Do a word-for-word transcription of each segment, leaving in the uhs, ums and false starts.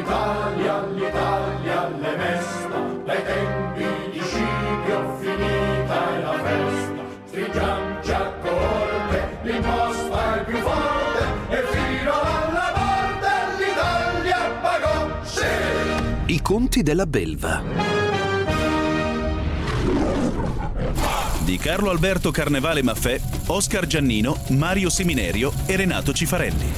L'Italia, l'Italia, le mesta, dai tempi di Scipio finita è la festa. Stringiamoci a corte, l'imposta è più forte e fino alla morte l'Italia pagò, sì! I conti della belva di Carlo Alberto Carnevale Maffè, Oscar Giannino, Mario Seminerio e Renato Cifarelli.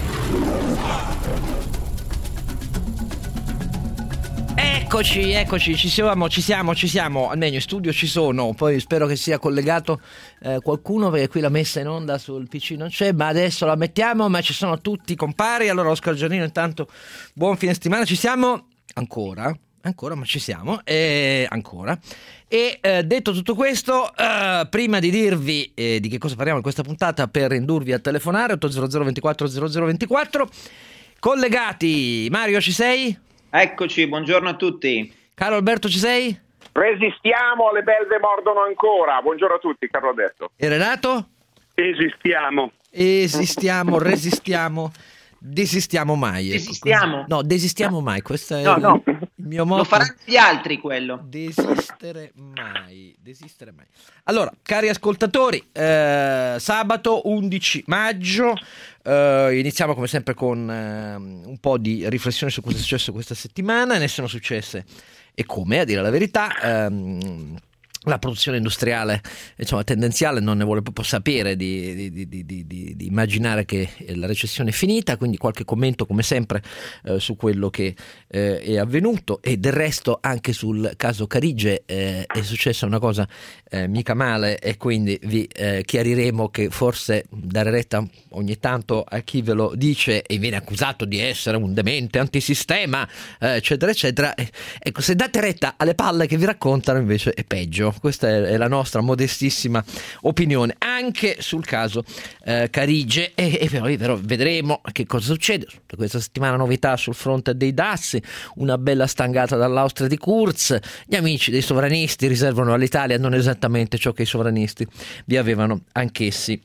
Eccoci, eccoci, ci siamo, ci siamo, ci siamo, almeno in studio ci sono, poi spero che sia collegato eh, qualcuno, perché qui la messa in onda sul P C non c'è, ma adesso la mettiamo, ma ci sono tutti compari. Allora Oscar Giannino, intanto buon fine settimana, ci siamo ancora, ancora, ma ci siamo, e ancora. E eh, detto tutto questo, eh, prima di dirvi eh, di che cosa parliamo in questa puntata, per indurvi a telefonare otto zero zero ventiquattro zero zero ventiquattro, collegati. Mario, ci sei? Eccoci, buongiorno a tutti. Carlo Alberto, ci sei? Resistiamo, le belve mordono ancora. Buongiorno a tutti, Carlo Alberto. E Renato? Esistiamo. Esistiamo, resistiamo, desistiamo mai. Ecco. Desistiamo? No, desistiamo mai, questo è No, il, no. il mio motto. Lo faranno gli altri quello. Desistere mai, desistere mai. Allora, cari ascoltatori, eh, sabato undici maggio, eh, iniziamo come sempre con eh, un po' di riflessione su cosa è successo questa settimana. Ne sono successe e come, a dire la verità. ehm, La produzione industriale, insomma, tendenziale non ne vuole proprio sapere di, di, di, di, di, di immaginare che la recessione è finita, quindi qualche commento come sempre eh, su quello che eh, è avvenuto. E del resto anche sul caso Carige eh, è successa una cosa eh, mica male, e quindi vi eh, chiariremo che forse dare retta ogni tanto a chi ve lo dice e viene accusato di essere un demente antisistema, eh, eccetera eccetera, eh, ecco, se date retta alle palle che vi raccontano invece è peggio. Questa è la nostra modestissima opinione anche sul caso eh, Carige, e, e poi però vedremo che cosa succede. Questa settimana novità sul fronte dei dazi, una bella stangata dall'Austria di Kurz. Gli amici dei sovranisti riservano all'Italia non esattamente ciò che i sovranisti vi avevano anch'essi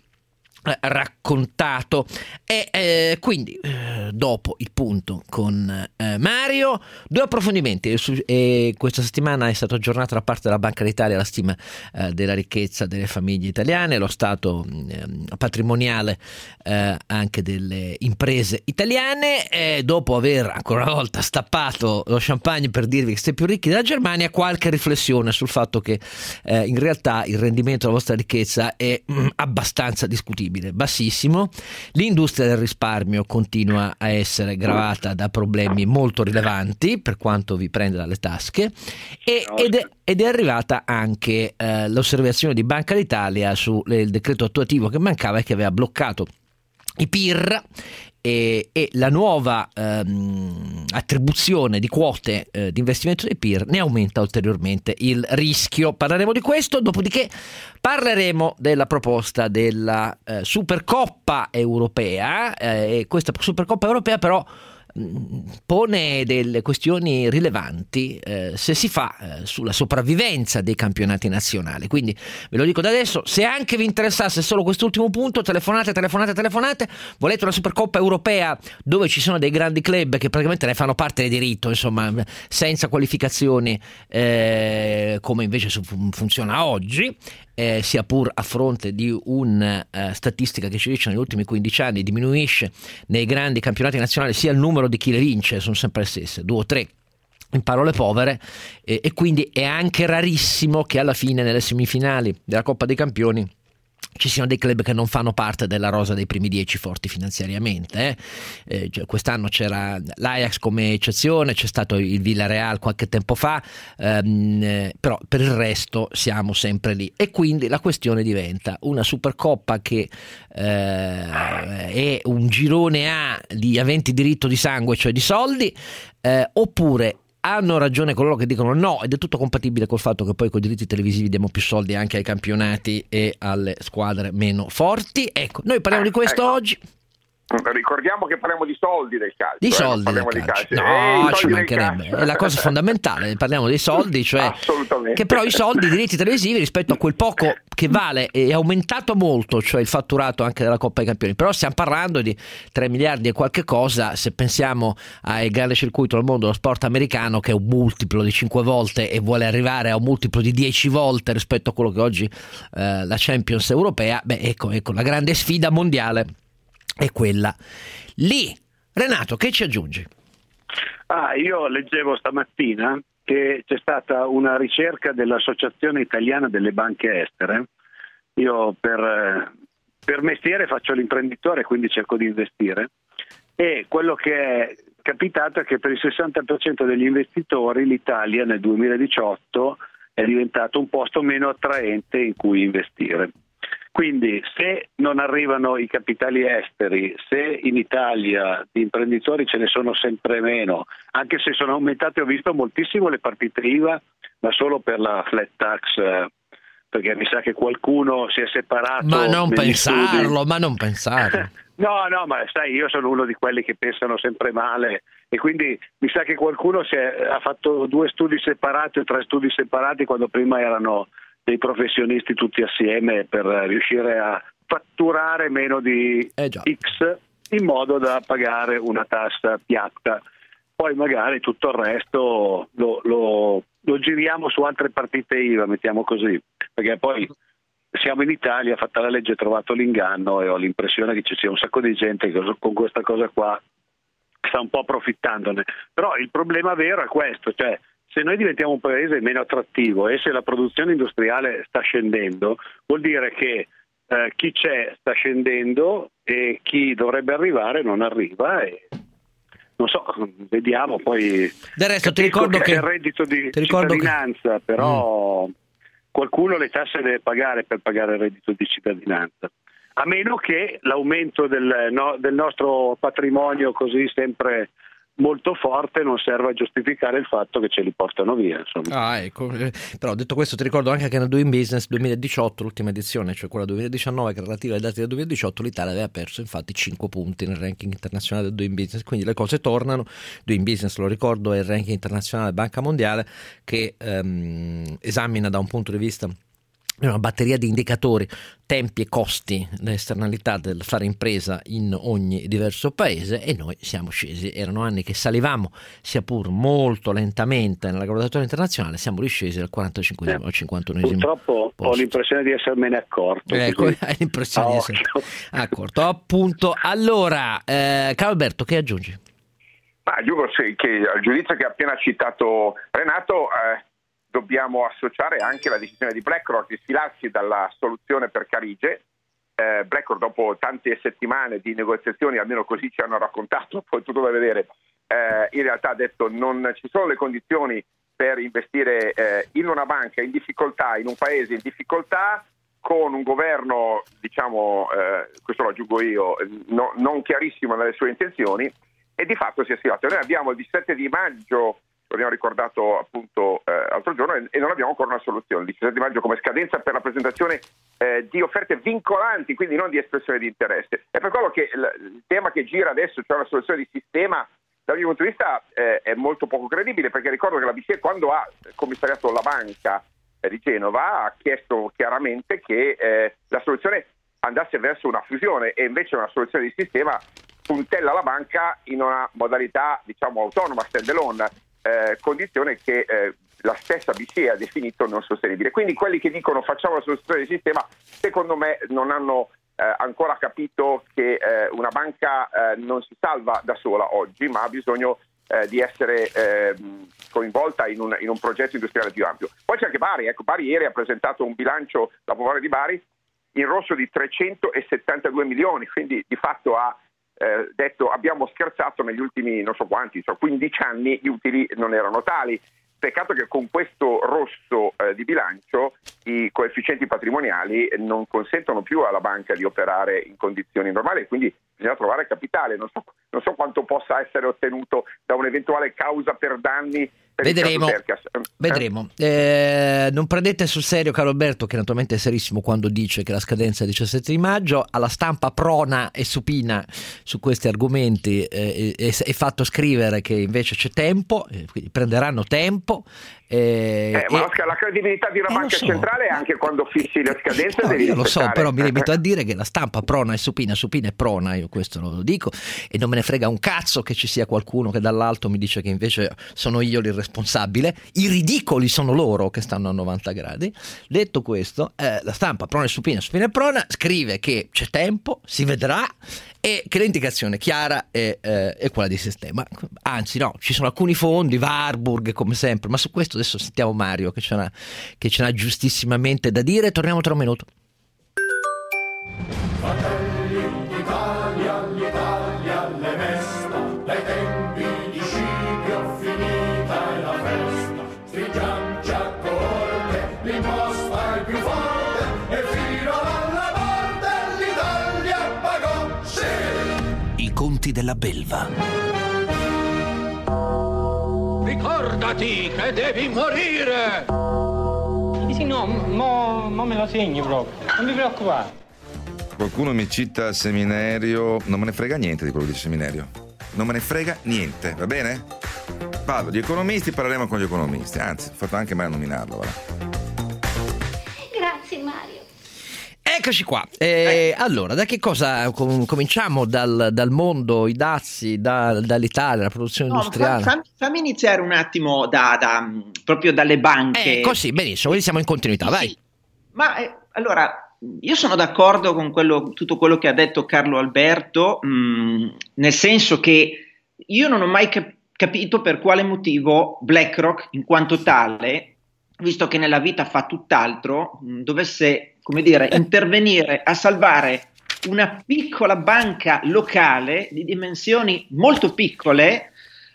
raccontato. E eh, quindi eh, dopo il punto con eh, Mario, due approfondimenti. E, su, e questa settimana è stata aggiornata da parte della Banca d'Italia la stima eh, della ricchezza delle famiglie italiane, lo stato eh, patrimoniale eh, anche delle imprese italiane, e dopo aver ancora una volta stappato lo champagne per dirvi che siete più ricchi della Germania, qualche riflessione sul fatto che eh, in realtà il rendimento della vostra ricchezza è mm, abbastanza discutibile, bassissimo. L'industria del risparmio continua a essere gravata da problemi molto rilevanti per quanto vi prende dalle tasche, e, ed, è, ed è arrivata anche eh, l'osservazione di Banca d'Italia sul decreto attuativo che mancava e che aveva bloccato i P I R, e, e la nuova ehm, attribuzione di quote eh, di investimento dei P I R ne aumenta ulteriormente il rischio. Parleremo di questo, dopodiché parleremo della proposta della eh, Supercoppa europea, eh, e questa Supercoppa europea però pone delle questioni rilevanti eh, se si fa eh, sulla sopravvivenza dei campionati nazionali. Quindi ve lo dico da adesso, se anche vi interessasse solo quest'ultimo punto, telefonate, telefonate, telefonate. Volete una Supercoppa europea dove ci sono dei grandi club che praticamente ne fanno parte di diritto, insomma, senza qualificazioni, eh, come invece funziona oggi, eh, sia pur a fronte di una uh, statistica che ci dice negli ultimi quindici anni diminuisce nei grandi campionati nazionali sia il numero di chi le vince, sono sempre le stesse, due o tre, in parole povere, e, e quindi è anche rarissimo che alla fine nelle semifinali della Coppa dei Campioni ci siano dei club che non fanno parte della rosa dei primi dieci forti finanziariamente. Eh? Eh, cioè, quest'anno c'era l'Ajax come eccezione, c'è stato il Villarreal qualche tempo fa, ehm, eh, però per il resto siamo sempre lì. E quindi la questione diventa una Supercoppa che eh, è un girone A di aventi diritto di sangue, cioè di soldi, eh, oppure hanno ragione coloro che dicono no, ed è tutto compatibile col fatto che poi con i diritti televisivi diamo più soldi anche ai campionati e alle squadre meno forti. Ecco, noi parliamo di questo ecco. oggi. Ricordiamo che parliamo di soldi del calcio. Di eh, soldi del di calcio. calcio. No, eh, ci mancherebbe. È la cosa fondamentale. Parliamo dei soldi, cioè Assolutamente. che però i soldi, i diritti televisivi rispetto a quel poco che vale è aumentato molto, cioè il fatturato anche della Coppa dei Campioni. Però stiamo parlando di tre miliardi e qualche cosa. Se pensiamo al grande circuito del mondo dello sport americano, che è un multiplo di cinque volte e vuole arrivare a un multiplo di dieci volte rispetto a quello che oggi eh, la Champions europea, beh, ecco, ecco, la grande sfida mondiale è quella lì. Renato, che ci aggiungi? Ah, io leggevo stamattina che c'è stata una ricerca dell'Associazione Italiana delle Banche Estere. Io per, per mestiere faccio l'imprenditore, quindi cerco di investire, e quello che è capitato è che per il sessanta per cento degli investitori l'Italia nel duemiladiciotto è diventato un posto meno attraente in cui investire. Quindi se non arrivano i capitali esteri, se in Italia di imprenditori ce ne sono sempre meno, anche se sono aumentate, ho visto moltissimo le partite I V A, ma solo per la flat tax, eh, perché mi sa che qualcuno si è separato. Ma non negli pensarlo, studi. ma non pensarlo. No, no, ma sai, io sono uno di quelli che pensano sempre male e quindi mi sa che qualcuno si è, ha fatto due studi separati o tre studi separati quando prima erano dei professionisti tutti assieme per riuscire a fatturare meno di eh già. X in modo da pagare una tassa piatta. Poi magari tutto il resto lo, lo, lo giriamo su altre partite I V A, mettiamo così, perché poi siamo in Italia, fatta la legge, trovato l'inganno e ho l'impressione che ci sia un sacco di gente che con questa cosa qua sta un po' approfittandone. Però il problema vero è questo, cioè se noi diventiamo un paese meno attrattivo e se la produzione industriale sta scendendo, vuol dire che eh, chi c'è sta scendendo e chi dovrebbe arrivare non arriva e non so, vediamo poi. Del resto ti ricordo che, che il reddito di cittadinanza, che... però mm. qualcuno le tasse deve pagare per pagare il reddito di cittadinanza, a meno che l'aumento del, no, del nostro patrimonio così sempre molto forte non serve a giustificare il fatto che ce li portano via, insomma. Ah, ecco. Però detto questo ti ricordo anche che nel Doing Business duemiladiciotto, l'ultima edizione, cioè quella duemiladiciannove che è relativa ai dati del duemiladiciotto, l'Italia aveva perso infatti cinque punti nel ranking internazionale del Doing Business, quindi le cose tornano. Doing Business, lo ricordo, è il ranking internazionale Banca Mondiale che ehm, esamina da un punto di vista una batteria di indicatori, tempi e costi, le esternalità del fare impresa in ogni diverso paese, e noi siamo scesi. Erano anni che salivamo, sia pur molto lentamente, nella graduatoria internazionale, siamo riscesi dal quarantacinquesimo eh, al cinquantunesimo purtroppo posto. Ho l'impressione di essermene accorto. Ecco, hai l'impressione di essere accorto. Appunto. Allora, eh, Carlo Alberto, che aggiungi? Ma aggiungo che al giudizio che ha appena citato Renato, eh, dobbiamo associare anche la decisione di BlackRock di sfilarsi dalla soluzione per Carige. Eh, BlackRock, dopo tante settimane di negoziazioni, almeno così ci hanno raccontato, poi tutto da vedere, eh, in realtà ha detto non ci sono le condizioni per investire eh, in una banca in difficoltà, in un paese in difficoltà, con un governo, diciamo, eh, questo lo aggiungo io, no, non chiarissimo nelle sue intenzioni, e di fatto si è sfilato. Noi abbiamo il diciassette di maggio, l'abbiamo ricordato appunto eh, l'altro giorno, e, e non abbiamo ancora una soluzione. Il diciassette di maggio come scadenza per la presentazione eh, di offerte vincolanti, quindi non di espressione di interesse. È per quello che il, il tema che gira adesso, cioè una soluzione di sistema, dal mio punto di vista eh, è molto poco credibile, perché ricordo che la B C E, quando ha commissariato la banca eh, di Genova, ha chiesto chiaramente che eh, la soluzione andasse verso una fusione, e invece una soluzione di sistema puntella la banca in una modalità, diciamo, autonoma, stand alone, eh, condizione che eh, la stessa B C E ha definito non sostenibile. Quindi quelli che dicono facciamo la soluzione di sistema, secondo me non hanno eh, ancora capito che eh, una banca eh, non si salva da sola oggi, ma ha bisogno eh, di essere eh, coinvolta in un, in un progetto industriale più ampio. Poi c'è anche Bari, ecco, Bari ieri ha presentato un bilancio, la popolare di Bari, in rosso di trecentosettantadue milioni, quindi di fatto ha eh, detto abbiamo scherzato negli ultimi non so quanti, so quindici anni, gli utili non erano tali. Peccato che con questo rosso eh, di bilancio i coefficienti patrimoniali non consentono più alla banca di operare in condizioni normali, quindi bisogna trovare capitale, non so, non so quanto possa essere ottenuto da un'eventuale causa per danni. Per Vedremo, eh? vedremo. Eh, non prendete sul serio Carlo Alberto, che naturalmente è serissimo quando dice che la scadenza è il diciassette di maggio. Alla stampa prona e supina su questi argomenti, eh, è, è fatto scrivere che invece c'è tempo, eh, quindi prenderanno tempo. Eh, eh, ma e, la credibilità di una eh, banca so, centrale è anche quando fissi le scadenze no, devi io lo so, rispettare. però mi limito a dire che la stampa prona e supina, supina e prona, io questo lo dico, e non me ne frega un cazzo che ci sia qualcuno che dall'alto mi dice che invece sono io l'irresponsabile. I ridicoli sono loro che stanno a novanta gradi. Detto questo, eh, la stampa prona e supina, supina e prona scrive che c'è tempo, si vedrà, e che l'indicazione chiara è, eh, è quella di sistema. Anzi no, ci sono alcuni fondi, Warburg come sempre, ma su questo adesso sentiamo Mario che ce n'ha, che ce n'ha giustissimamente da dire. Torniamo tra un minuto. Fratelli d'Italia, l'Italia le mesta, dai tempi di Scipio finita è la festa, stringiamoci a corte, l'imposta è più forte, e fino alla morte l'Italia pagò, sì! I conti della belva. Ricordati che devi morire! Sì, no, mo, mo me lo segni proprio, non mi preoccupare. Qualcuno mi cita Seminario, non me ne frega niente di quello che dice Seminario. Non me ne frega niente, va bene? Parlo di economisti, parleremo con gli economisti. Anzi, ho fatto anche mai a nominarlo. Va. Grazie Mario. Eccoci qua. Eh, allora, da che cosa com- cominciamo? Dal, dal mondo, i dazi, da, dall'Italia, la produzione No, industriale? fammi, fammi iniziare un attimo da, da, proprio dalle banche. Eh, così, benissimo, quindi siamo in continuità, Sì, vai. sì. Ma eh, allora, io sono d'accordo con quello, tutto quello che ha detto Carlo Alberto, mh, nel senso che io non ho mai cap- capito per quale motivo BlackRock, in quanto tale, visto che nella vita fa tutt'altro, mh, dovesse, come dire, intervenire a salvare una piccola banca locale di dimensioni molto piccole,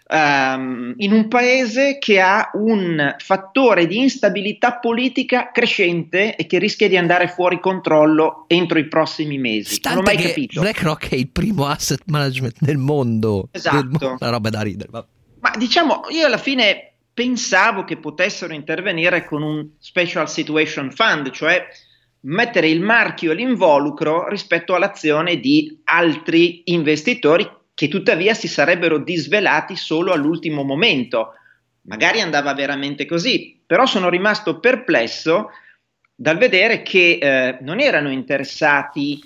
Um, in un paese che ha un fattore di instabilità politica crescente e che rischia di andare fuori controllo entro i prossimi mesi. Stante non ho mai che capito. BlackRock è il primo asset management del mondo. Esatto. Del mondo. Una roba da ridere. Va. Ma diciamo, io alla fine pensavo che potessero intervenire con un Special Situation Fund, cioè mettere il marchio e l'involucro rispetto all'azione di altri investitori che tuttavia si sarebbero disvelati solo all'ultimo momento. Magari andava veramente così, però sono rimasto perplesso dal vedere che eh, non erano interessati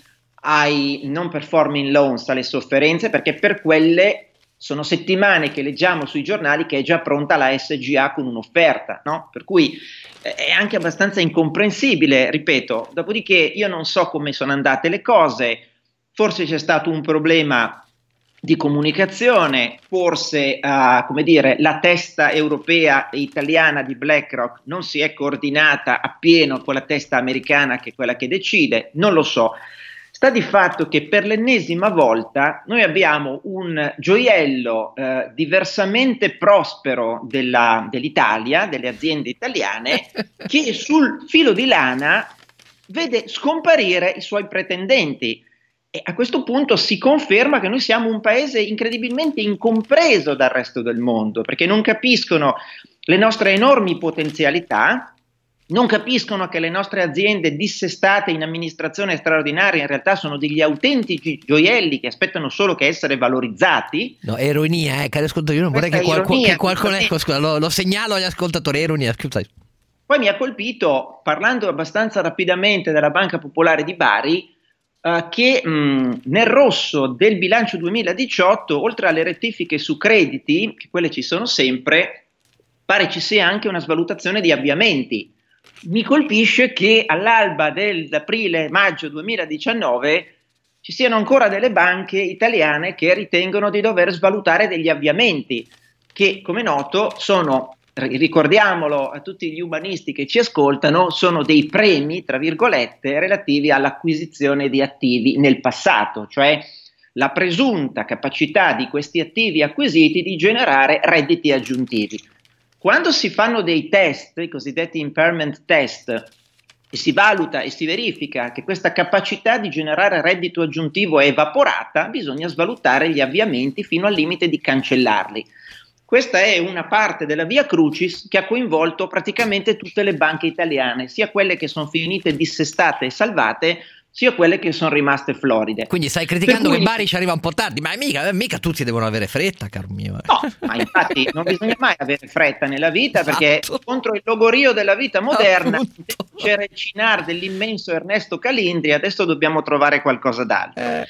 ai non performing loans, alle sofferenze, perché per quelle sono settimane che leggiamo sui giornali che è già pronta la S G A con un'offerta, no? Per cui eh, è anche abbastanza incomprensibile, ripeto. Dopodiché io non so come sono andate le cose, forse c'è stato un problema di comunicazione, forse uh, come dire, la testa europea e italiana di BlackRock non si è coordinata appieno con la testa americana, che è quella che decide, non lo so. Sta di fatto che per l'ennesima volta noi abbiamo un gioiello uh, diversamente prospero della, dell'Italia, delle aziende italiane, che sul filo di lana vede scomparire i suoi pretendenti. E a questo punto si conferma che noi siamo un paese incredibilmente incompreso dal resto del mondo, perché non capiscono le nostre enormi potenzialità, non capiscono che le nostre aziende dissestate in amministrazione straordinaria in realtà sono degli autentici gioielli che aspettano solo che essere valorizzati. No, è ironia, eh, caro ascoltatore, io non vorrei che, qualcuno, ironia, che qualcuno, ecco, scusa, lo, lo segnalo agli ascoltatori, è ironia, scusa. Poi mi ha colpito, parlando abbastanza rapidamente della Banca Popolare di Bari, Uh, che mh, nel rosso del bilancio duemiladiciotto, oltre alle rettifiche su crediti, che quelle ci sono sempre, pare ci sia anche una svalutazione di avviamenti. Mi colpisce che all'alba dell'aprile-maggio duemiladiciannove ci siano ancora delle banche italiane che ritengono di dover svalutare degli avviamenti, che come noto sono, ricordiamolo a tutti gli umanisti che ci ascoltano, sono dei premi, tra virgolette, relativi all'acquisizione di attivi nel passato, cioè la presunta capacità di questi attivi acquisiti di generare redditi aggiuntivi. Quando si fanno dei test, i cosiddetti impairment test, e si valuta e si verifica che questa capacità di generare reddito aggiuntivo è evaporata, bisogna svalutare gli avviamenti fino al limite di cancellarli. Questa è una parte della via crucis che ha coinvolto praticamente tutte le banche italiane, sia quelle che sono finite dissestate e salvate, sia quelle che sono rimaste floride. Quindi stai criticando cui... che Bari ci arriva un po' tardi, ma mica, mica tutti devono avere fretta, caro mio. No, ma infatti non bisogna mai avere fretta nella vita, esatto. Perché contro il logorio della vita moderna c'era il cinar dell'immenso Ernesto Calindri, adesso dobbiamo trovare qualcosa d'altro. Eh.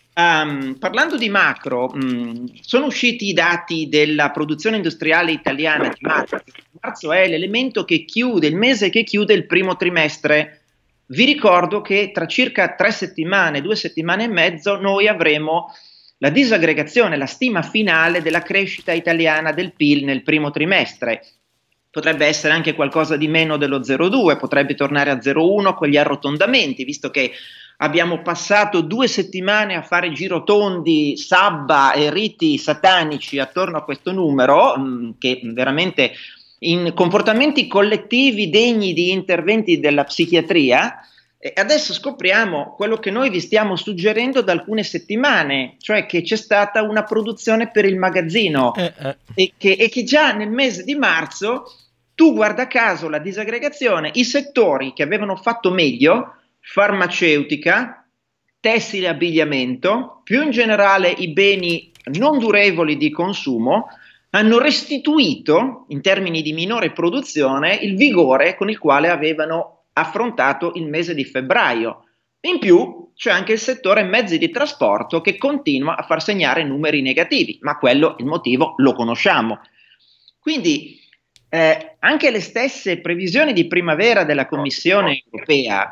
Um, parlando di macro, mh, sono usciti i dati della produzione industriale italiana di marzo. Marzo è l'elemento che chiude, il mese che chiude il primo trimestre. Vi ricordo che tra circa tre settimane, due settimane e mezzo, noi avremo la disaggregazione, la stima finale della crescita italiana del P I L nel primo trimestre. Potrebbe essere anche qualcosa di meno dello zero virgola due, potrebbe tornare a zero virgola uno con gli arrotondamenti, visto che abbiamo passato due settimane a fare girotondi, sabba e riti satanici attorno a questo numero, mh, che veramente in comportamenti collettivi degni di interventi della psichiatria. E adesso scopriamo quello che noi vi stiamo suggerendo da alcune settimane, cioè che c'è stata una produzione per il magazzino eh, eh. E, che, e che già nel mese di marzo, tu guarda caso la disaggregazione, i settori che avevano fatto meglio, farmaceutica, tessile e abbigliamento, più in generale i beni non durevoli di consumo, hanno restituito, in termini di minore produzione, il vigore con il quale avevano affrontato il mese di febbraio. In più c'è anche il settore mezzi di trasporto che continua a far segnare numeri negativi, ma quello, il motivo, lo conosciamo. Quindi eh, anche le stesse previsioni di primavera della Commissione europea,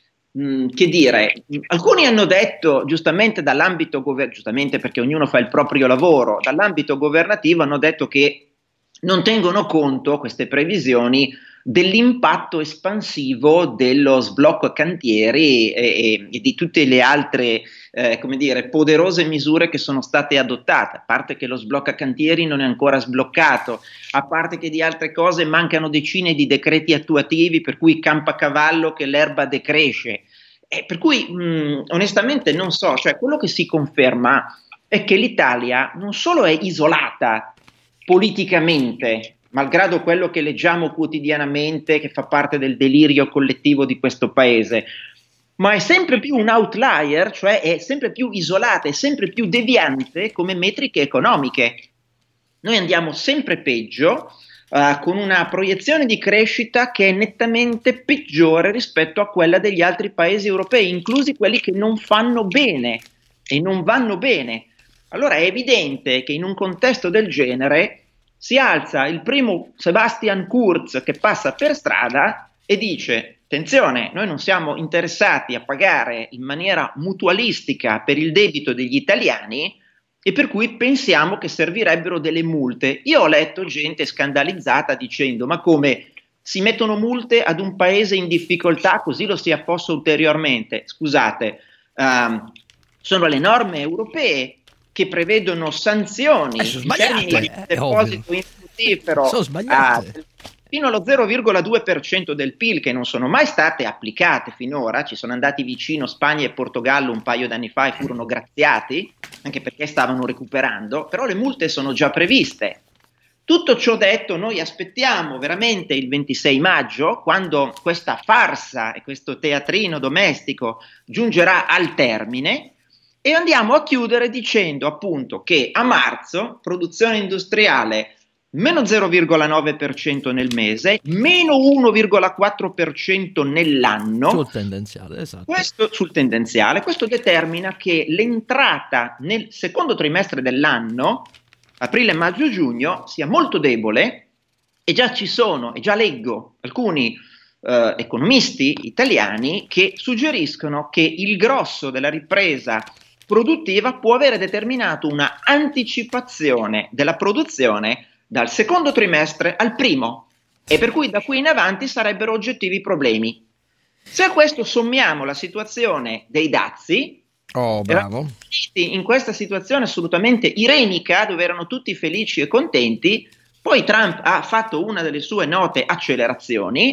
mh, che dire, alcuni hanno detto, giustamente dall'ambito governativo, giustamente perché ognuno fa il proprio lavoro, dall'ambito governativo hanno detto che non tengono conto queste previsioni dell'impatto espansivo dello sblocco cantieri e, e, e di tutte le altre eh, come dire, poderose misure che sono state adottate, a parte che lo sblocco cantieri non è ancora sbloccato, a parte che di altre cose mancano decine di decreti attuativi per cui campa a cavallo che l'erba decresce, e per cui mh, onestamente non so, cioè quello che si conferma è che l'Italia non solo è isolata politicamente, malgrado quello che leggiamo quotidianamente, che fa parte del delirio collettivo di questo paese, ma è sempre più un outlier, cioè è sempre più isolata, è sempre più deviante come metriche economiche. Noi andiamo sempre peggio, uh, con una proiezione di crescita che è nettamente peggiore rispetto a quella degli altri paesi europei, inclusi quelli che non fanno bene e non vanno bene. Allora è evidente che in un contesto del genere si alza il primo Sebastian Kurz che passa per strada e dice: attenzione, noi non siamo interessati a pagare in maniera mutualistica per il debito degli italiani e per cui pensiamo che servirebbero delle multe. Io ho letto gente scandalizzata dicendo: ma come si mettono multe ad un paese in difficoltà così lo si affossa ulteriormente? Scusate, um, sono le norme europee che prevedono sanzioni eh, in termini di deposito infruttifero a, fino allo zero virgola due per cento del P I L, che non sono mai state applicate finora. Ci sono andati vicino Spagna e Portogallo un paio d'anni fa e furono graziati, anche perché stavano recuperando, però le multe sono già previste. Tutto ciò detto, noi aspettiamo veramente il ventisei maggio, quando questa farsa e questo teatrino domestico giungerà al termine, e andiamo a chiudere dicendo appunto che a marzo produzione industriale meno zero virgola nove per cento nel mese, meno uno virgola quattro per cento nell'anno. Sul tendenziale, esatto. Questo, sul tendenziale, questo determina che l'entrata nel secondo trimestre dell'anno, aprile, maggio, giugno, sia molto debole, e già ci sono, e già leggo alcuni eh, economisti italiani che suggeriscono che il grosso della ripresa produttiva può avere determinato una anticipazione della produzione dal secondo trimestre al primo, e per cui da qui in avanti sarebbero oggettivi problemi. Se a questo sommiamo la situazione dei dazi, oh, bravo. in questa situazione assolutamente irenica, dove erano tutti felici e contenti, poi Trump ha fatto una delle sue note accelerazioni,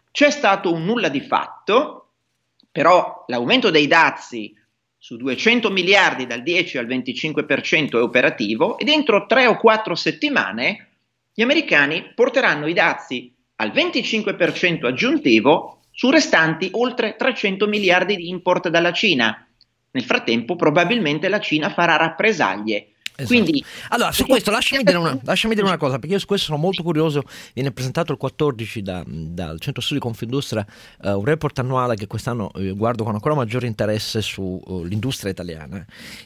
C'è stato un nulla di fatto, però l'aumento dei dazi su duecento miliardi dal dieci al venticinque per cento è operativo e dentro tre o quattro settimane gli americani porteranno i dazi al venticinque per cento aggiuntivo su restanti oltre trecento miliardi di import dalla Cina. Nel frattempo probabilmente la Cina farà rappresaglie. Esatto. Quindi, allora, su questo lasciami dire, una, lasciami dire una cosa, perché io su questo sono molto curioso. Viene presentato il quattordici da, dal Centro Studi Confindustria uh, un report annuale che quest'anno uh, guardo con ancora maggiore interesse sull'industria uh, italiana.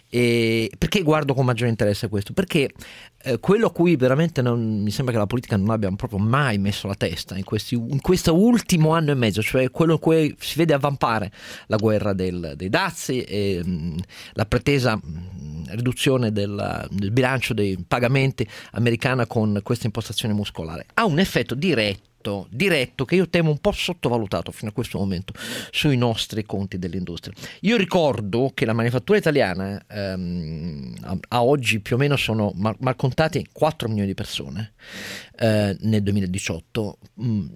E perché guardo con maggiore interesse questo? Perché uh, quello a cui veramente non, mi sembra che la politica non abbia proprio mai messo la testa in, questi, in questo ultimo anno e mezzo, cioè quello in cui si vede avvampare la guerra del, dei dazi e mh, la pretesa mh, riduzione della del bilancio dei pagamenti americana con questa impostazione muscolare, ha un effetto diretto diretto che io temo un po' sottovalutato fino a questo momento sui nostri conti dell'industria. Io ricordo che la manifattura italiana ehm, a, a oggi più o meno sono mal, mal contati quattro milioni di persone eh, nel duemiladiciotto, mm,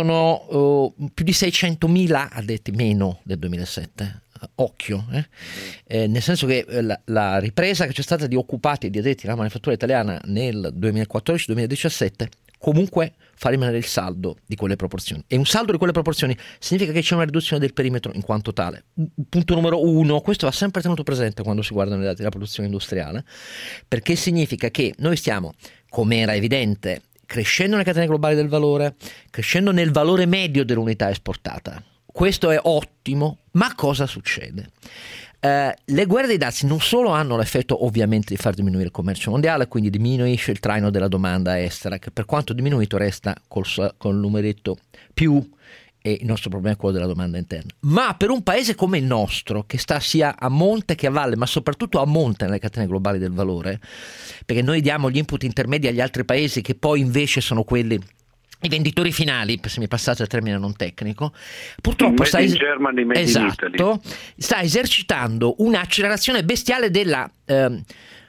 sono uh, più di seicentomila addetti meno del duemilasette. Occhio, eh? Eh, nel senso che la, la ripresa che c'è stata di occupati e di addetti alla manifattura italiana nel duemilaquattordici duemiladiciassette comunque fa rimanere il saldo di quelle proporzioni, e un saldo di quelle proporzioni significa che c'è una riduzione del perimetro in quanto tale. Punto numero uno, questo va sempre tenuto presente quando si guardano i dati della produzione industriale, perché significa che noi stiamo, come era evidente, crescendo nelle catene globali del valore, crescendo nel valore medio dell'unità esportata. Questo è ottimo, ma cosa succede? Eh, le guerre dei dazi non solo hanno l'effetto ovviamente di far diminuire il commercio mondiale, quindi diminuisce il traino della domanda estera, che per quanto diminuito resta col, col numeretto più, e il nostro problema è quello della domanda interna. Ma per un paese come il nostro, che sta sia a monte che a valle, ma soprattutto a monte nelle catene globali del valore, perché noi diamo gli input intermedi agli altri paesi che poi invece sono quelli, i venditori finali, se mi passate il termine non tecnico, purtroppo sta, es- Germany, esatto, sta esercitando un'accelerazione bestiale della eh,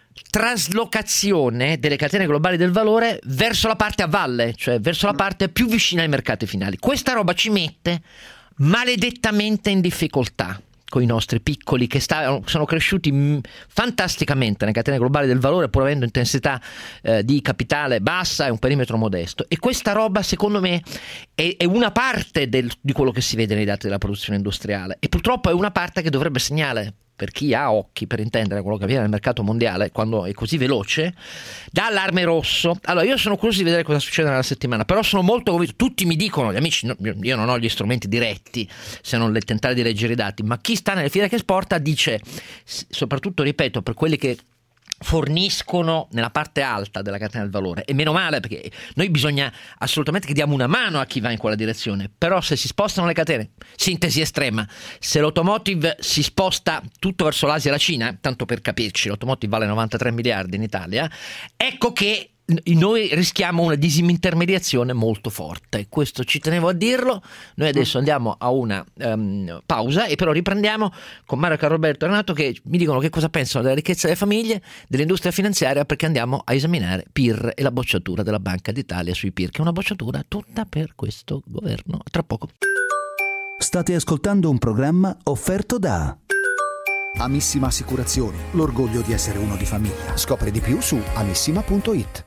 traslocazione delle catene globali del valore verso la parte a valle, cioè verso la parte più vicina ai mercati finali. Questa roba ci mette maledettamente in difficoltà con i nostri piccoli che sta, sono cresciuti mh, fantasticamente nelle catene globali del valore, pur avendo intensità eh, di capitale bassa e un perimetro modesto, e questa roba secondo me è, è una parte del, di quello che si vede nei dati della produzione industriale, e purtroppo è una parte che dovrebbe segnare, per chi ha occhi per intendere quello che avviene nel mercato mondiale quando è così veloce, da allarme rosso. Allora io sono curioso di vedere cosa succede nella settimana, però sono molto convinto, tutti mi dicono, gli amici, no, io non ho gli strumenti diretti se non le, tentare di leggere i dati, ma chi sta nelle file che esporta dice, soprattutto ripeto per quelli che forniscono nella parte alta della catena del valore, e meno male, perché noi bisogna assolutamente che diamo una mano a chi va in quella direzione, però se si spostano le catene, sintesi estrema, se l'automotive si sposta tutto verso l'Asia e la Cina, tanto per capirci, l'automotive vale novantatré miliardi in Italia, ecco che noi rischiamo una disintermediazione molto forte. Questo ci tenevo a dirlo. Noi adesso andiamo a una um, pausa, e però riprendiamo con Mario Carroberto e Renato, che mi dicono che cosa pensano della ricchezza delle famiglie, dell'industria finanziaria, perché andiamo a esaminare P I R e la bocciatura della Banca d'Italia sui P I R, che è una bocciatura tutta per questo governo. Tra poco. State ascoltando un programma offerto da Amissima Assicurazioni, l'orgoglio di essere uno di famiglia. Scopri di più su amissima punto it.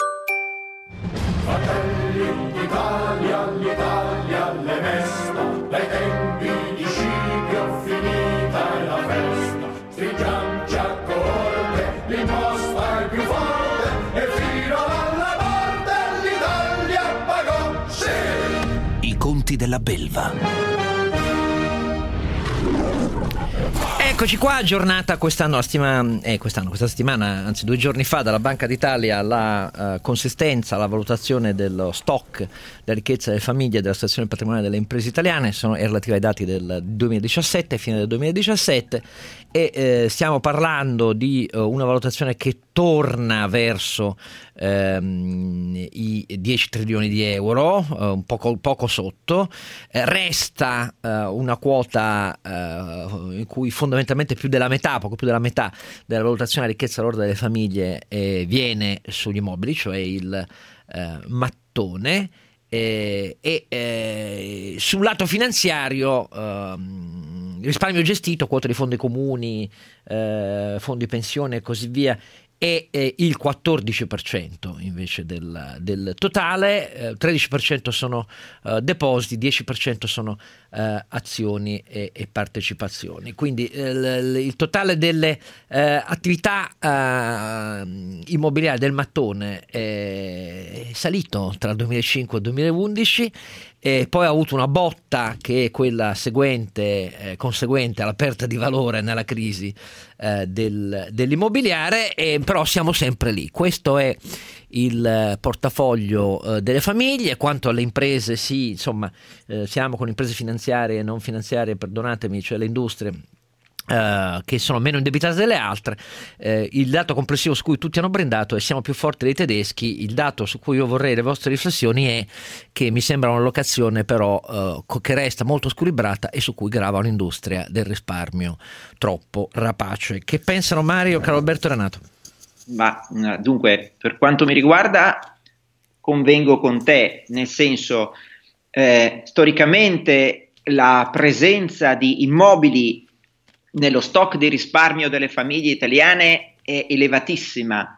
Fratelli d'Italia, l'Italia le mesta, dai tempi di Scipio finita è la festa, stringiamoci a corte, l'imposta è più forte, e fino alla morte l'Italia pagò, sì! I conti della belva. Eccoci qua, giornata quest'anno, la stima, eh, quest'anno, questa settimana, anzi due giorni fa, dalla Banca d'Italia la uh, consistenza, la valutazione dello stock della ricchezza delle famiglie e della situazione patrimoniale delle imprese italiane, sono relative ai dati del duemiladiciassette, fine del duemiladiciassette, e eh, stiamo parlando di uh, una valutazione che torna verso ehm, i dieci trilioni di euro, uh, un poco, poco sotto, eh, resta uh, una quota uh, in cui fondamentalmente più della metà, poco più della metà della valutazione della ricchezza lorda delle famiglie eh, viene sugli immobili, cioè il eh, mattone. eh, e eh, sul lato finanziario eh, risparmio gestito, quote di fondi comuni, eh, fondi pensione e così via, è eh, il quattordici per cento invece del, del totale, eh, tredici per cento sono eh, depositi, dieci per cento sono eh, azioni e, e partecipazioni. Quindi eh, l, il totale delle eh, attività eh, immobiliari del mattone è salito tra il duemilacinque e il duemilaundici, e poi ha avuto una botta che è quella seguente, eh, conseguente all'aperta di valore nella crisi eh, del, dell'immobiliare, e però siamo sempre lì. Questo è il portafoglio eh, delle famiglie. Quanto alle imprese, sì, insomma, eh, siamo con imprese finanziarie e non finanziarie, perdonatemi, cioè le industrie, Uh, che sono meno indebitate delle altre. Uh, il dato complessivo su cui tutti hanno brindato è siamo più forti dei tedeschi. Il dato su cui io vorrei le vostre riflessioni è che mi sembra una locazione però uh, che resta molto squilibrata e su cui grava un'industria del risparmio troppo rapace. Che pensano Mario, Carlo Alberto e Renato? Ma dunque, per quanto mi riguarda, convengo con te, nel senso, eh, storicamente la presenza di immobili nello stock di risparmio delle famiglie italiane è elevatissima.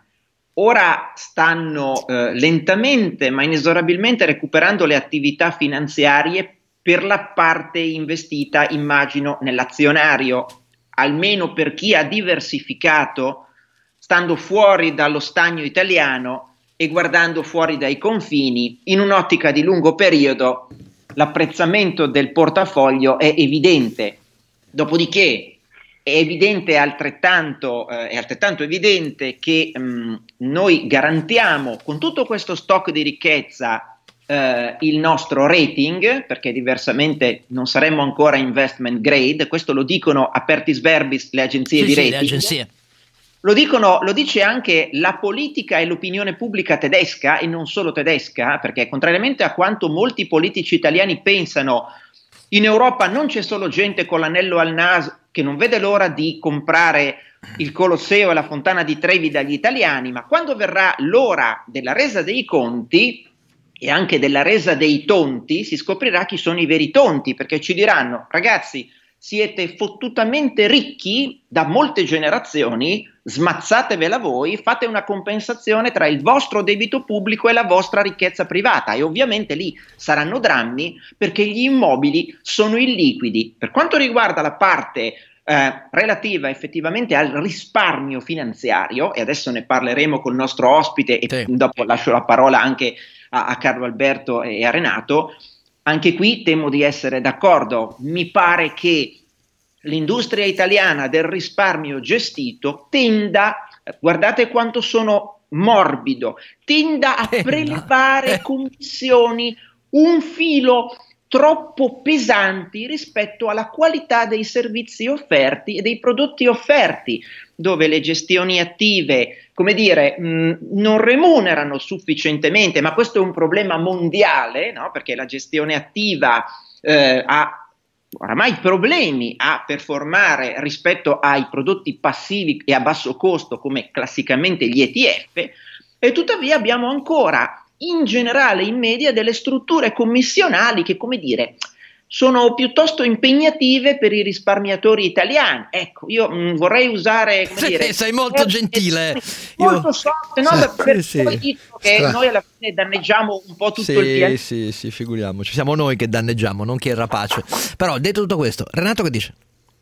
Ora stanno eh, lentamente ma inesorabilmente recuperando le attività finanziarie per la parte investita, immagino, nell'azionario, almeno per chi ha diversificato, stando fuori dallo stagno italiano e guardando fuori dai confini. In un'ottica di lungo periodo l'apprezzamento del portafoglio è evidente. Dopodiché è evidente altrettanto, eh, è altrettanto evidente che mh, noi garantiamo con tutto questo stock di ricchezza eh, il nostro rating, perché diversamente non saremmo ancora investment grade. Questo lo dicono apertis verbis le agenzie sì, di sì, rating. Le agenzie. Lo dicono, lo dice anche la politica e l'opinione pubblica tedesca, e non solo tedesca, perché contrariamente a quanto molti politici italiani pensano, in Europa non c'è solo gente con l'anello al naso che non vede l'ora di comprare il Colosseo e la Fontana di Trevi dagli italiani, ma quando verrà l'ora della resa dei conti e anche della resa dei tonti, si scoprirà chi sono i veri tonti, perché ci diranno: ragazzi, siete fottutamente ricchi da molte generazioni, smazzatevela voi, fate una compensazione tra il vostro debito pubblico e la vostra ricchezza privata, e ovviamente lì saranno drammi perché gli immobili sono illiquidi. Per quanto riguarda la parte eh, relativa effettivamente al risparmio finanziario, e adesso ne parleremo col nostro ospite e sì, dopo lascio la parola anche a, a Carlo Alberto e a Renato, anche qui temo di essere d'accordo. Mi pare che l'industria italiana del risparmio gestito tenda, guardate quanto sono morbido, tenda a prelevare commissioni un filo troppo pesanti rispetto alla qualità dei servizi offerti e dei prodotti offerti, dove le gestioni attive, come dire, mh, non remunerano sufficientemente, ma questo è un problema mondiale, no? Perché la gestione attiva eh, ha oramai problemi a performare rispetto ai prodotti passivi e a basso costo come classicamente gli E T F, e tuttavia abbiamo ancora in generale in media delle strutture commissionali che, come dire, sono piuttosto impegnative per i risparmiatori italiani. Ecco, io mh, vorrei usare, come sì, dire, sei molto eh, gentile, molto io... soft, no? Sì, per sì, poi dico che Stra... noi alla fine danneggiamo un po' tutto sì, il pianeta. Sì, sì, figuriamoci, siamo noi che danneggiamo, non chi è rapace. Però detto tutto questo, Renato che dice?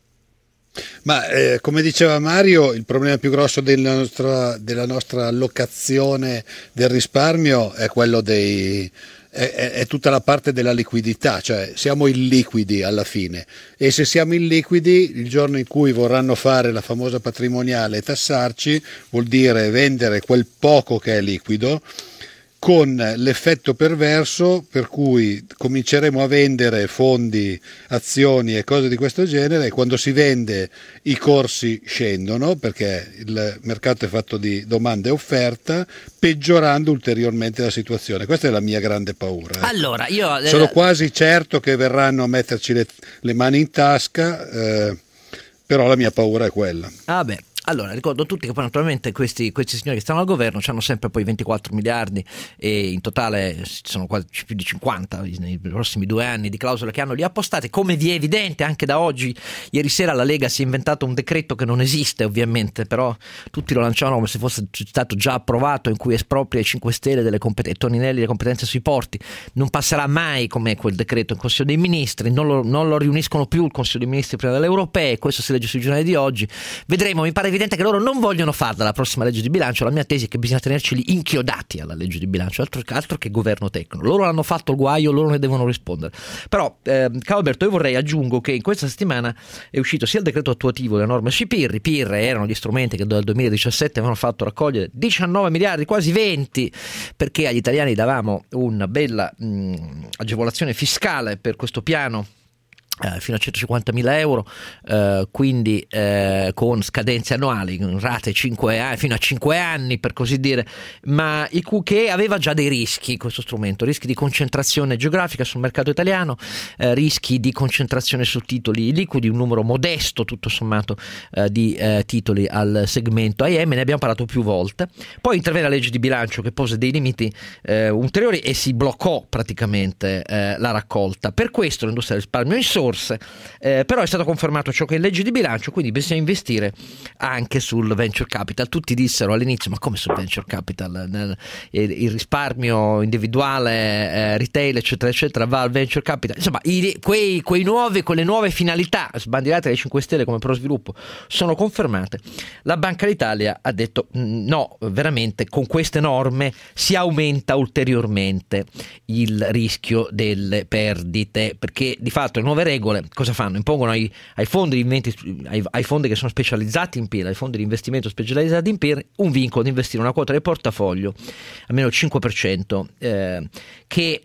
Ma eh, come diceva Mario, il problema più grosso della nostra, della nostra allocazione del risparmio è quello dei è, è, è tutta la parte della liquidità, cioè siamo illiquidi alla fine, e se siamo illiquidi il giorno in cui vorranno fare la famosa patrimoniale e tassarci vuol dire vendere quel poco che è liquido, con l'effetto perverso per cui cominceremo a vendere fondi, azioni e cose di questo genere, e quando si vende i corsi scendono perché il mercato è fatto di domanda e offerta, peggiorando ulteriormente la situazione. Questa è la mia grande paura. Eh. Allora, io eh, sono quasi certo che verranno a metterci le, le mani in tasca, eh, però la mia paura è quella. Ah beh. Allora, ricordo a tutti che poi naturalmente questi, questi signori che stanno al governo hanno sempre poi ventiquattro miliardi e in totale sono quasi più di cinquanta nei prossimi due anni di clausole che hanno lì appostate. Come vi è evidente anche da oggi, ieri sera la Lega si è inventato un decreto che non esiste ovviamente, però tutti lo lanciavano come se fosse stato già approvato, in cui espropria i cinque Stelle delle competenze, Toninelli le competenze sui porti. Non passerà mai come quel decreto in Consiglio dei Ministri, non lo, non lo riuniscono più il Consiglio dei Ministri prima delle europee, questo si legge sui giornali di oggi. Vedremo, mi pare evidente che loro non vogliono farla la prossima legge di bilancio. La mia tesi è che bisogna tenerceli inchiodati alla legge di bilancio, altro, altro che governo tecnico. Loro hanno fatto il guaio, loro ne devono rispondere. Però, eh, caro Alberto, io vorrei aggiungo che in questa settimana è uscito sia il decreto attuativo delle norme sui P I R. I P I R erano gli strumenti che dal duemiladiciassette avevano fatto raccogliere diciannove miliardi, quasi venti, perché agli italiani davamo una bella mh, agevolazione fiscale per questo piano. Uh, fino a centocinquantamila euro, uh, quindi uh, con scadenze annuali, rate cinque anni, fino a cinque anni per così dire, ma che aveva già dei rischi questo strumento, rischi di concentrazione geografica sul mercato italiano, uh, rischi di concentrazione su titoli liquidi, un numero modesto tutto sommato uh, di uh, titoli al segmento A I M, ne abbiamo parlato più volte. Poi intervenne la legge di bilancio che pose dei limiti uh, ulteriori e si bloccò praticamente uh, la raccolta. Per questo l'industria del risparmio in Eh, però è stato confermato ciò che è in legge di bilancio, quindi bisogna investire anche sul venture capital. Tutti dissero all'inizio: ma come sul venture capital? Nel, il, il risparmio individuale, eh, retail eccetera eccetera va al venture capital. Insomma, i, quei, quei nuovi, quelle nuove finalità sbandierate dai cinque Stelle come pro sviluppo sono confermate. La Banca d'Italia ha detto no, veramente con queste norme si aumenta ulteriormente il rischio delle perdite, perché di fatto le nuove regole cosa fanno? Impongono ai, ai, fondi di ai, ai fondi che sono specializzati in P I R, ai fondi di investimento specializzati in P I R, un vincolo di investire una quota del portafoglio almeno il cinque per cento eh, che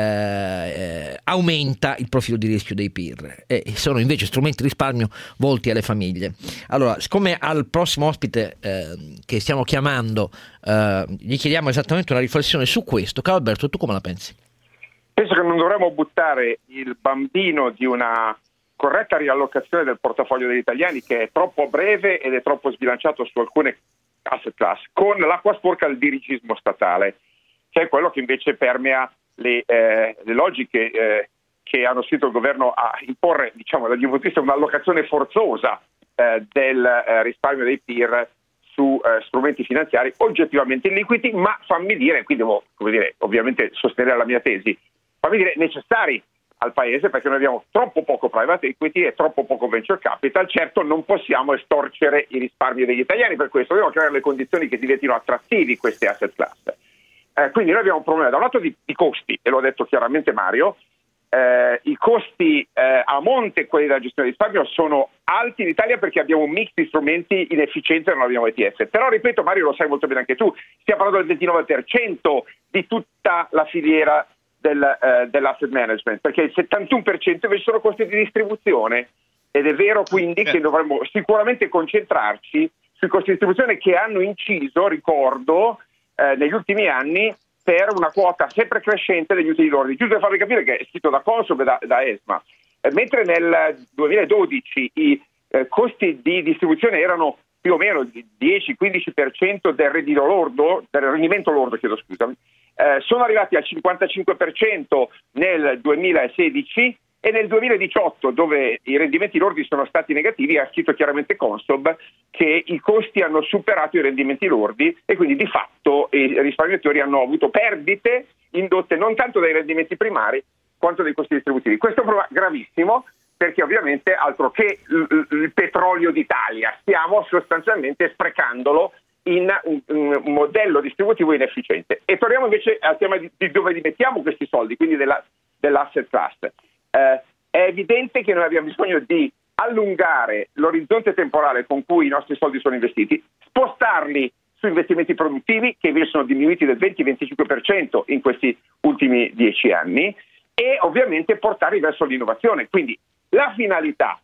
eh, aumenta il profilo di rischio dei P I R, e sono invece strumenti di risparmio volti alle famiglie. Allora, siccome al prossimo ospite eh, che stiamo chiamando eh, gli chiediamo esattamente una riflessione su questo, caro Alberto, tu come la pensi? Penso che non dovremmo buttare il bambino di una corretta riallocazione del portafoglio degli italiani, che è troppo breve ed è troppo sbilanciato su alcune asset class, con l'acqua sporca del dirigismo statale, che è quello che invece permea le, eh, le logiche eh, che hanno spinto il governo a imporre, diciamo, dagli punto di vista un'allocazione forzosa eh, del eh, risparmio dei P I R su eh, strumenti finanziari oggettivamente illiquidi, ma fammi dire, qui devo, come dire, ovviamente sostenere la mia tesi, fammi dire, necessari al paese, perché noi abbiamo troppo poco private equity e troppo poco venture capital. Certo, non possiamo estorcere i risparmi degli italiani, per questo dobbiamo creare le condizioni che diventino attrattivi queste asset class. Eh, quindi noi abbiamo un problema da un lato di, di costi, e lo ha detto chiaramente Mario. Eh, i costi eh, a monte, quelli della gestione di risparmio, sono alti in Italia perché abbiamo un mix di strumenti inefficienti e non abbiamo E T F. Però ripeto, Mario, lo sai molto bene anche tu, stiamo parlando del ventinove per cento di tutta la filiera Del, eh, dell'asset management, perché il settantuno per cento invece sono costi di distribuzione, ed è vero quindi che dovremmo sicuramente concentrarci sui costi di distribuzione che hanno inciso, ricordo, eh, negli ultimi anni per una quota sempre crescente degli utili lordi. Giusto per farvi capire che è scritto da Consob e da, da ESMA, eh, mentre nel duemiladodici i eh, costi di distribuzione erano più o meno dieci quindici per cento del reddito lordo, del rendimento lordo, chiedo scusami, Eh, sono arrivati al cinquantacinque per cento nel duemilasedici, e nel duemiladiciotto, dove i rendimenti lordi sono stati negativi, ha scritto chiaramente Consob che i costi hanno superato i rendimenti lordi, e quindi di fatto i risparmiatori hanno avuto perdite indotte non tanto dai rendimenti primari quanto dai costi distributivi. Questo è un problema gravissimo, perché ovviamente altro che il, il petrolio d'Italia, stiamo sostanzialmente sprecandolo in un, un modello distributivo inefficiente. E torniamo invece al tema di, di dove li mettiamo questi soldi, quindi della, dell'asset class. Eh, è evidente che noi abbiamo bisogno di allungare l'orizzonte temporale con cui i nostri soldi sono investiti, spostarli su investimenti produttivi, che invece sono diminuiti del venti venticinque per cento in questi ultimi dieci anni, e ovviamente portarli verso l'innovazione. Quindi la finalità,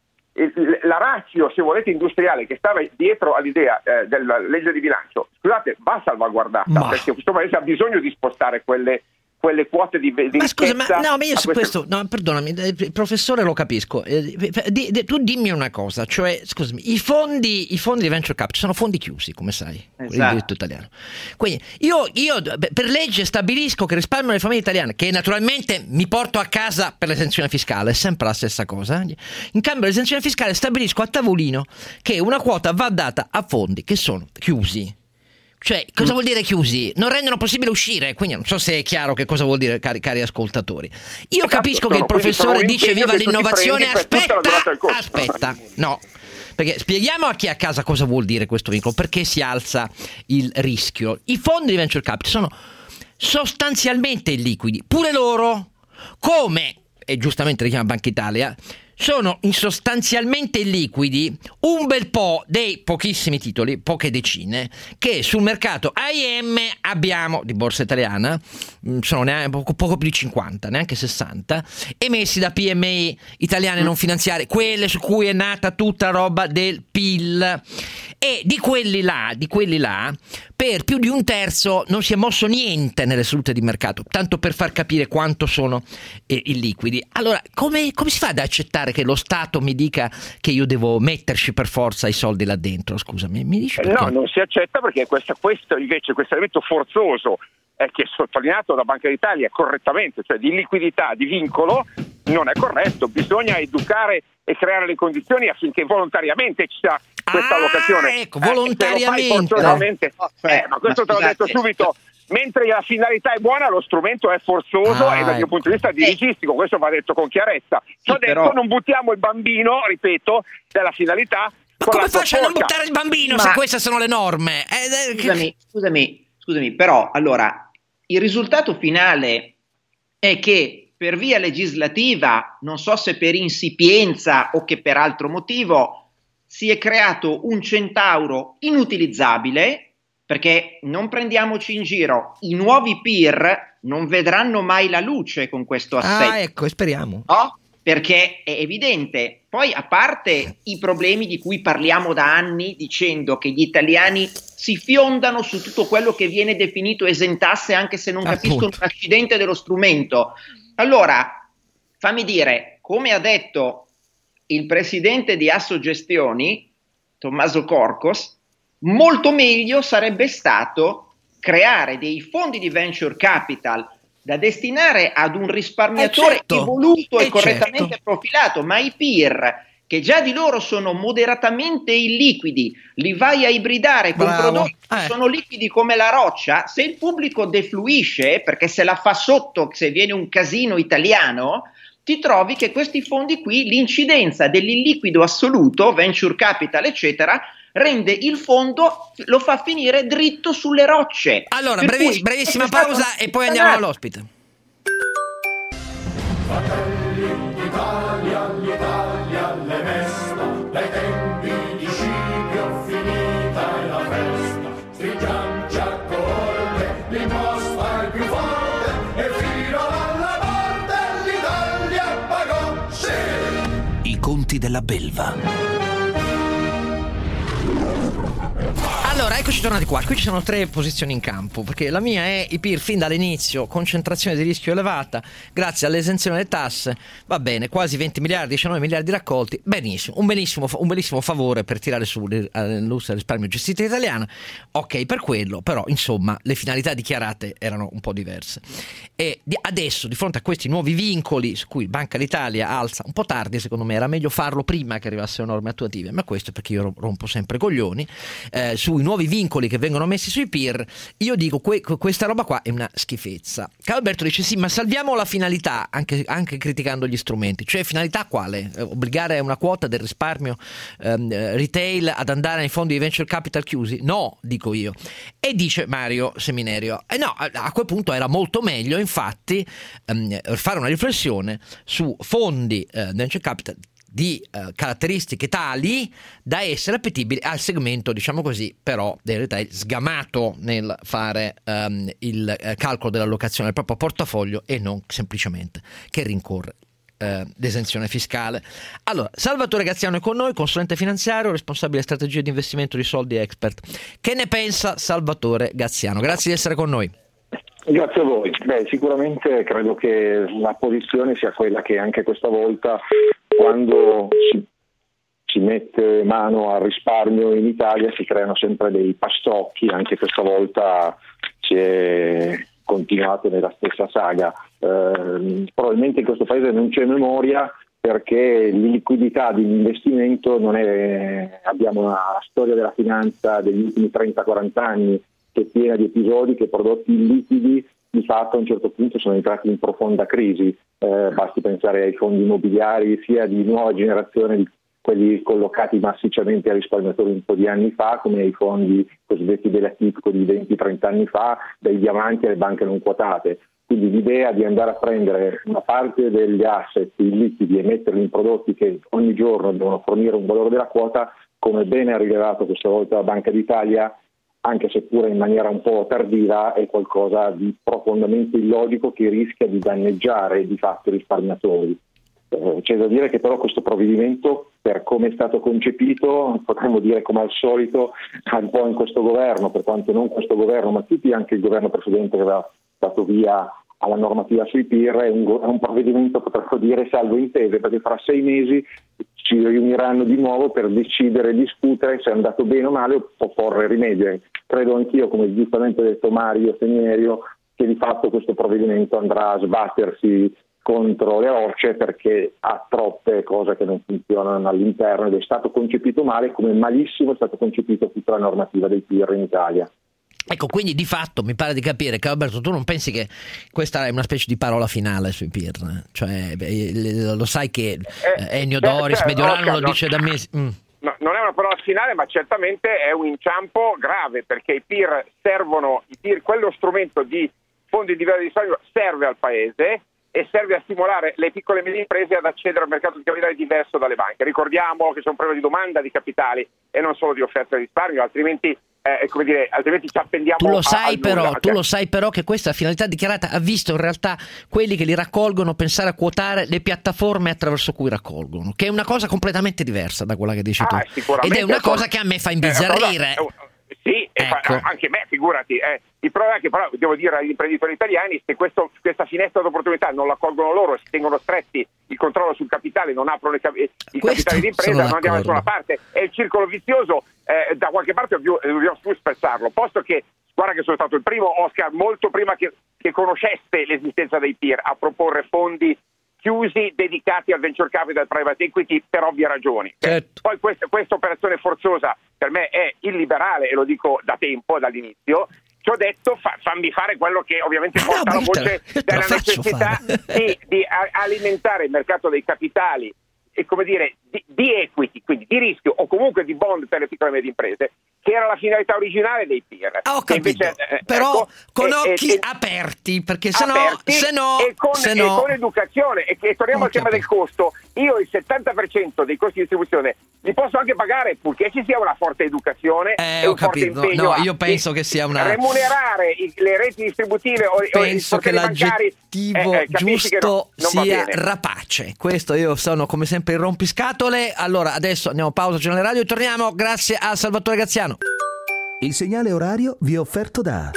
la ratio, se volete, industriale che stava dietro all'idea eh, della legge di bilancio, scusate, va salvaguardata, ma... perché questo paese ha bisogno di spostare quelle quelle quote di, di ma scusa, ma, no, ma io su queste... questo, no, perdonami, il professore lo capisco. Eh, di, di, tu dimmi una cosa, cioè, scusami, i fondi, i fondi di venture capital sono fondi chiusi, come sai, esatto. Il diritto italiano. Quindi io, io per legge stabilisco che il risparmio delle famiglie italiane, che naturalmente mi porto a casa per l'esenzione fiscale, è sempre la stessa cosa. In cambio dell'esenzione fiscale stabilisco a tavolino che una quota va data a fondi che sono chiusi. Cioè, cosa vuol dire chiusi? Non rendono possibile uscire, quindi non so se è chiaro che cosa vuol dire, cari, cari ascoltatori. Io esatto, capisco sono, che il professore dice viva l'innovazione, aspetta, aspetta, no, perché spieghiamo a chi è a casa cosa vuol dire questo vincolo, perché si alza il rischio. I fondi di venture capital sono sostanzialmente illiquidi, pure loro, come, e giustamente richiama Banca Italia, sono sostanzialmente illiquidi un bel po' dei pochissimi titoli, poche decine, che sul mercato A I M abbiamo, di borsa italiana, sono neanche, poco, poco più di cinquanta, neanche sessanta, emessi da P M I italiane non finanziarie, quelle su cui è nata tutta roba del P I L. E di quelli là, di quelli là, per più di un terzo non si è mosso niente nelle sedute di mercato, tanto per far capire quanto sono eh, illiquidi. Allora, come, come si fa ad accettare che lo Stato mi dica che io devo metterci per forza i soldi là dentro? Scusami, mi dici perché? No, non si accetta perché questa, questo invece, questo elemento forzoso eh, che è sottolineato da Banca d'Italia correttamente, cioè di liquidità, di vincolo, non è corretto. Bisogna educare e creare le condizioni affinché volontariamente ci sia questa ah, allocazione. Ecco, volontariamente. Eh, eh, ma questo ma te l'ho detto subito. Mentre la finalità è buona, lo strumento è forzoso ah, e dal ecco. mio punto di vista dirigistico, questo va detto con chiarezza. Ci ho sì, detto, però... non buttiamo il bambino, ripeto, della finalità. Ma come faccio a non buttare il bambino ma... se queste sono le norme? Eh, scusami, scusami, scusami, però allora il risultato finale è che per via legislativa, non so se per insipienza o che per altro motivo, si è creato un centauro inutilizzabile, perché non prendiamoci in giro, i nuovi P I R non vedranno mai la luce con questo assetto. Ah, ecco, speriamo. No? Perché è evidente. Poi, a parte i problemi di cui parliamo da anni, dicendo che gli italiani si fiondano su tutto quello che viene definito esentasse, anche se non Appunto. capiscono l'accidente dello strumento. Allora, fammi dire, come ha detto il presidente di Assogestioni, Tommaso Corcos, molto meglio sarebbe stato creare dei fondi di venture capital da destinare ad un risparmiatore eh certo, evoluto e, e correttamente certo. profilato, ma i P I R che già di loro sono moderatamente illiquidi, li vai a ibridare con Bravo. prodotti eh. che sono liquidi come la roccia, se il pubblico defluisce, perché se la fa sotto, se viene un casino italiano, ti trovi che questi fondi qui, l'incidenza dell'illiquido assoluto, venture capital eccetera, rende il fondo, lo fa finire dritto sulle rocce. Allora, brevis- brevissima pausa e poi andiamo all'ospite. Fratelli d'Italia, l'Italia le mesta, dai tempi di Scipio finita è la festa, stringiamoci a corte, l'imposta è più forte e fino alla morte l'Italia pagò, sì! I conti della belva. Allora, eccoci tornati qua. Qui ci sono tre posizioni in campo, perché la mia è i P I R fin dall'inizio, concentrazione di rischio elevata, grazie all'esenzione delle tasse, va bene, quasi venti miliardi, diciannove miliardi raccolti, benissimo, un bellissimo, un bellissimo favore per tirare su l'industria risparmio gestita italiana, ok per quello, però insomma le finalità dichiarate erano un po' diverse. E adesso, di fronte a questi nuovi vincoli su cui Banca d'Italia alza, un po' tardi secondo me, era meglio farlo prima che arrivassero norme attuative, ma questo è perché io rompo sempre coglioni, eh, sui nuovi vincoli che vengono messi sui P I R, io dico que- questa roba qua è una schifezza. Carlo Alberto dice sì, ma salviamo la finalità anche, anche criticando gli strumenti, cioè finalità quale? Eh, obbligare una quota del risparmio ehm, retail ad andare nei fondi di venture capital chiusi? No, dico io. E dice Mario Seminerio eh no, a, a quel punto era molto meglio infatti ehm, fare una riflessione su fondi eh, venture capital di eh, caratteristiche tali da essere appetibili al segmento, diciamo così, però del retail sgamato nel fare um, il eh, calcolo dell'allocazione del proprio portafoglio e non semplicemente che rincorre eh, l'esenzione fiscale. Allora, Salvatore Graziano è con noi, consulente finanziario, responsabile strategia di investimento di Soldi Expert. Che ne pensa Salvatore Graziano? Grazie di essere con noi. Grazie a voi. Beh, sicuramente credo che la posizione sia quella che anche questa volta, quando si, si mette mano al risparmio in Italia, si creano sempre dei pastrocchi. Anche questa volta si è continuato nella stessa saga. Eh, probabilmente in questo paese non c'è memoria, perché l'illiquidità di investimento non è. Abbiamo una storia della finanza degli ultimi trenta quaranta anni che è piena di episodi che prodotti illiquidi di fatto a un certo punto sono entrati in profonda crisi. Eh, basti pensare ai fondi immobiliari sia di nuova generazione, quelli collocati massicciamente ai risparmiatori un po' di anni fa, come ai fondi cosiddetti della Tipco di venti trenta anni fa, dai diamanti alle banche non quotate. Quindi l'idea di andare a prendere una parte degli asset illiquidi e metterli in prodotti che ogni giorno devono fornire un valore della quota, come bene ha rilevato questa volta la Banca d'Italia, anche seppure in maniera un po' tardiva, è qualcosa di profondamente illogico che rischia di danneggiare di fatto i risparmiatori. Eh, c'è da dire che però questo provvedimento, per come è stato concepito, potremmo dire come al solito, un po' in questo governo, per quanto non questo governo, ma tutti, anche il governo precedente che aveva dato via alla normativa sui P I R, è un, è un provvedimento, potremmo dire, salvo intese, perché fra sei mesi ci riuniranno di nuovo per decidere e discutere se è andato bene o male o porre rimedio. Credo anch'io, come giustamente ha detto Mario Seminerio, che di fatto questo provvedimento andrà a sbattersi contro le rocce perché ha troppe cose che non funzionano all'interno ed è stato concepito male, come malissimo è stato concepito tutta la normativa dei P I R in Italia. Ecco, quindi di fatto mi pare di capire che, Alberto, tu non pensi che questa è una specie di parola finale sui P I R? Cioè, beh, lo sai che eh, Ennio Doris, cioè, Mediolano okay, lo dice no, da mesi. Mm. No, non è una parola finale, ma certamente è un inciampo grave, perché i P I R servono, i P I R, quello strumento di fondi di livello di risparmio serve al Paese e serve a stimolare le piccole e medie imprese ad accedere al mercato di capitali diverso dalle banche. Ricordiamo che c'è un problema di domanda di capitali e non solo di offerta di risparmio, altrimenti Eh, come dire, altrimenti ci appendiamo. Tu lo sai, a, però, nulla, tu cioè. lo sai però che questa finalità dichiarata ha visto in realtà quelli che li raccolgono pensare a quotare le piattaforme attraverso cui raccolgono, che è una cosa completamente diversa da quella che dici ah, tu. Ed è una cosa che a me fa imbizzarrire. Sì, ecco. Anche me, figurati. Eh. Il problema è che però devo dire agli imprenditori italiani, se questo, questa finestra d'opportunità non la colgono loro, si tengono stretti il controllo sul capitale, non aprono i, cap- i capitali di impresa, non andiamo da nessuna parte. È il circolo vizioso, eh, da qualche parte dobbiamo più spezzarlo, posto che, guarda che sono stato il primo, Oscar, molto prima che, che conoscesse l'esistenza dei P I R, a proporre fondi chiusi dedicati al venture capital, al private equity, per ovvie ragioni. Certo. Poi questa, questa operazione forzosa per me è illiberale e lo dico da tempo, dall'inizio. Ci ho detto fa, fammi fare quello che ovviamente porta alla voce della necessità di, di alimentare il mercato dei capitali e, come dire, di, di equity, quindi di rischio o comunque di bond per le piccole e medie imprese, che era la finalità originale dei P I R. Ho capito, invece, eh, però ecco, con e, occhi e, aperti, perché se no, se no, e con, se e no... con educazione. E, e torniamo Ho al tema capito. del costo. Io il settanta per cento dei costi di distribuzione li posso anche pagare, purché ci sia una forte educazione eh, e un ho capito. forte impegno. No, a, io penso che sia una... remunerare i, le reti distributive o, penso o i che l'aggettivo eh, eh, giusto non, non sia rapace. Questo io sono come sempre il rompiscatole. Allora adesso andiamo a pausa Giornale Radio e torniamo grazie a Salvatore Graziano. Il segnale orario vi è offerto da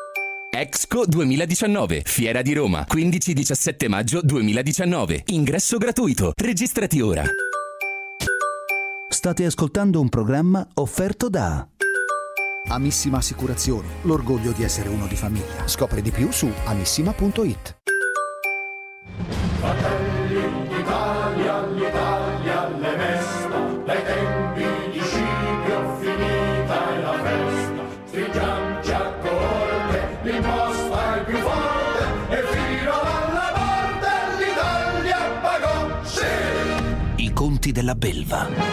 Exco duemiladiciannove, Fiera di Roma, quindici diciassette maggio duemiladiciannove. Ingresso gratuito. Registrati ora. State ascoltando un programma offerto da Amissima Assicurazioni, l'orgoglio di essere uno di famiglia. Scopri di più su amissima punto it. Fratelli d'Italia, l'Italia le mesta, dai tempi di Scipio finita è la festa, stringiamoci a corte, l'imposta è più forte, e fino alla morte l'Italia pagò, sì! I conti della belva.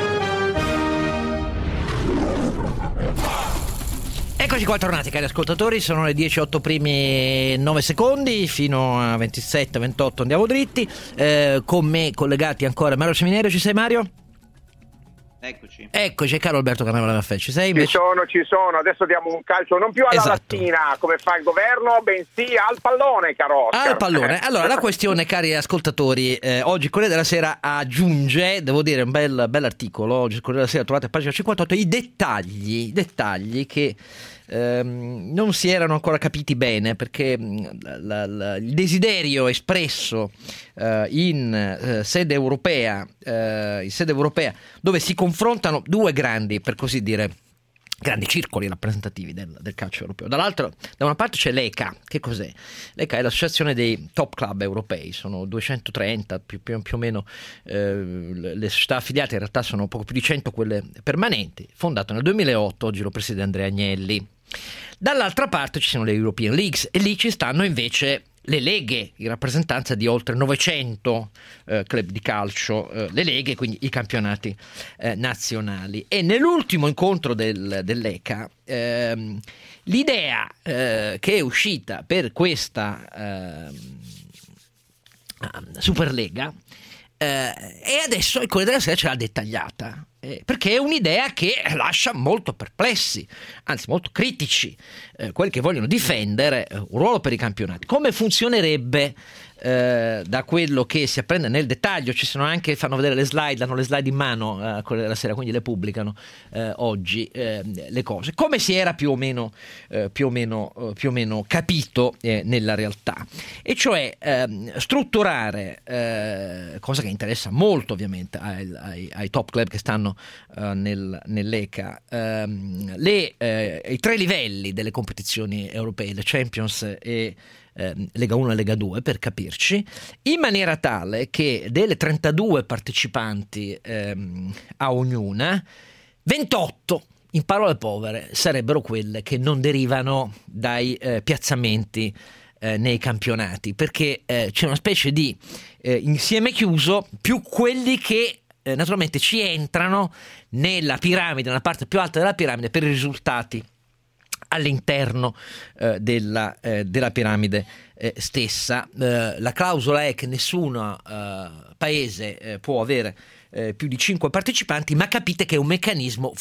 Eccoci qua tornati, cari ascoltatori, sono le dieci e otto primi nove secondi, fino a ventisette ventotto andiamo dritti, eh, con me collegati ancora Mario Seminerio. Ci sei, Mario? Eccoci. Eccoci, caro Alberto Carnevale Maffè, ci sei? Invece... Ci sono, ci sono, adesso diamo un calcio non più alla esatto. lattina come fa il governo, bensì al pallone, caro Oscar. Al pallone. Allora, la questione, cari ascoltatori, eh, oggi il Corriere della Sera aggiunge, devo dire, un bel, bel articolo, oggi il Corriere della Sera trovate a pagina cinquantotto, i dettagli, dettagli che ehm, non si erano ancora capiti bene, perché la, la, il desiderio espresso eh, in eh, sede europea, eh, in sede europea, dove si confrontano due grandi, per così dire, grandi circoli rappresentativi del, del calcio europeo. Dall'altro, da una parte c'è l'E C A. Che cos'è? L'E C A è l'associazione dei top club europei, sono duecentotrenta più, più, più o meno eh, le società affiliate, in realtà sono poco più di cento quelle permanenti, fondato nel duemilaotto, oggi lo presiede Andrea Agnelli. Dall'altra parte ci sono le European Leagues e lì ci stanno invece le leghe, in rappresentanza di oltre novecento eh, club di calcio, eh, le leghe, quindi i campionati eh, nazionali. E nell'ultimo incontro del, dell'E C A, ehm, l'idea eh, che è uscita per questa eh, Superlega eh, e adesso il Corriere della Sera ce l'ha dettagliata, eh, perché è un'idea che lascia molto perplessi, anzi molto critici, eh, quelli che vogliono difendere eh, un ruolo per i campionati. Come funzionerebbe? Eh, da quello che si apprende nel dettaglio, ci sono anche, fanno vedere le slide, hanno le slide in mano eh, Corriere della Sera, quindi le pubblicano eh, oggi eh, le cose, come si era più o meno eh, più o meno, eh, più o meno capito eh, nella realtà, e cioè eh, strutturare, eh, cosa che interessa molto ovviamente ai, ai, ai top club che stanno eh, nel, nell'E C A, ehm, le, eh, i tre livelli delle competizioni europee, le Champions e Eh, Lega uno e Lega due, per capirci, in maniera tale che delle trentadue partecipanti ehm, a ognuna, ventotto, in parole povere, sarebbero quelle che non derivano dai eh, piazzamenti eh, nei campionati, perché eh, c'è una specie di eh, insieme chiuso, più quelli che eh, naturalmente ci entrano nella piramide, nella parte più alta della piramide, per i risultati all'interno eh, della, eh, della piramide eh, stessa. Eh, la clausola è che nessun eh, paese eh, può avere eh, più di cinque partecipanti, ma capite che è un meccanismo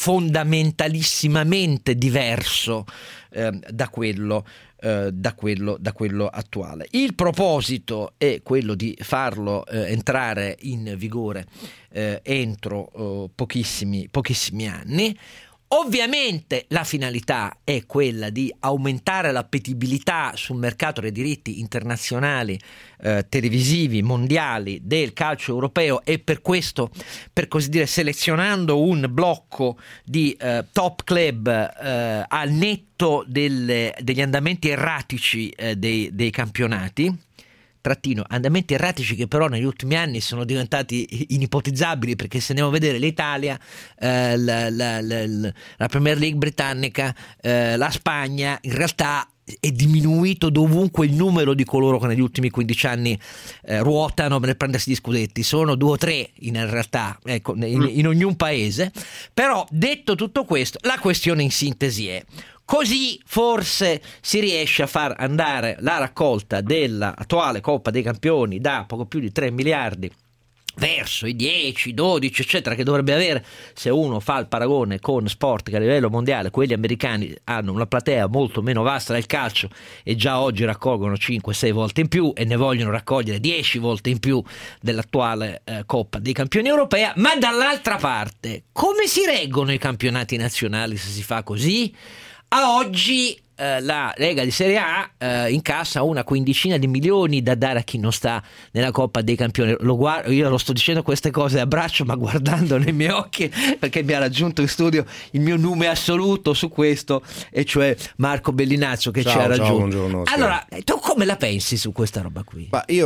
fondamentalissimamente diverso eh, da quello eh, da quello da quello attuale. Il proposito è quello di farlo eh, entrare in vigore eh, entro eh, pochissimi pochissimi anni. Ovviamente la finalità è quella di aumentare l'appetibilità sul mercato dei diritti internazionali eh, televisivi mondiali del calcio europeo, e per questo, per così dire, selezionando un blocco di eh, top club eh, al netto delle, degli andamenti erratici eh, dei, dei campionati. Trattino, andamenti erratici che però negli ultimi anni sono diventati inipotizzabili, perché se andiamo a vedere l'Italia, eh, la, la, la, la Premier League britannica, eh, la Spagna, in realtà è diminuito dovunque il numero di coloro che negli ultimi quindici anni eh, ruotano per prendersi gli scudetti, sono due o tre in realtà, ecco, in, in ognuno paese. Però detto tutto questo, la questione in sintesi è: così forse si riesce a far andare la raccolta dell'attuale Coppa dei Campioni da poco più di tre miliardi verso i dieci, dodici eccetera che dovrebbe avere, se uno fa il paragone con sport che a livello mondiale, quelli americani hanno una platea molto meno vasta del calcio e già oggi raccolgono cinque sei volte in più, e ne vogliono raccogliere dieci volte in più dell'attuale eh, Coppa dei Campioni europea. Ma dall'altra parte, come si reggono i campionati nazionali se si fa così? A oggi eh, la Lega di Serie A eh, incassa una quindicina di milioni da dare a chi non sta nella Coppa dei Campioni. Lo guardo, io lo sto dicendo queste cose a braccio, ma guardando nei miei occhi, perché mi ha raggiunto in studio il mio nome assoluto su questo, e cioè Marco Bellinazzo, che ciao, ci ha raggiunto. Ciao, buongiorno, allora, tu come la pensi su questa roba qui? Ma io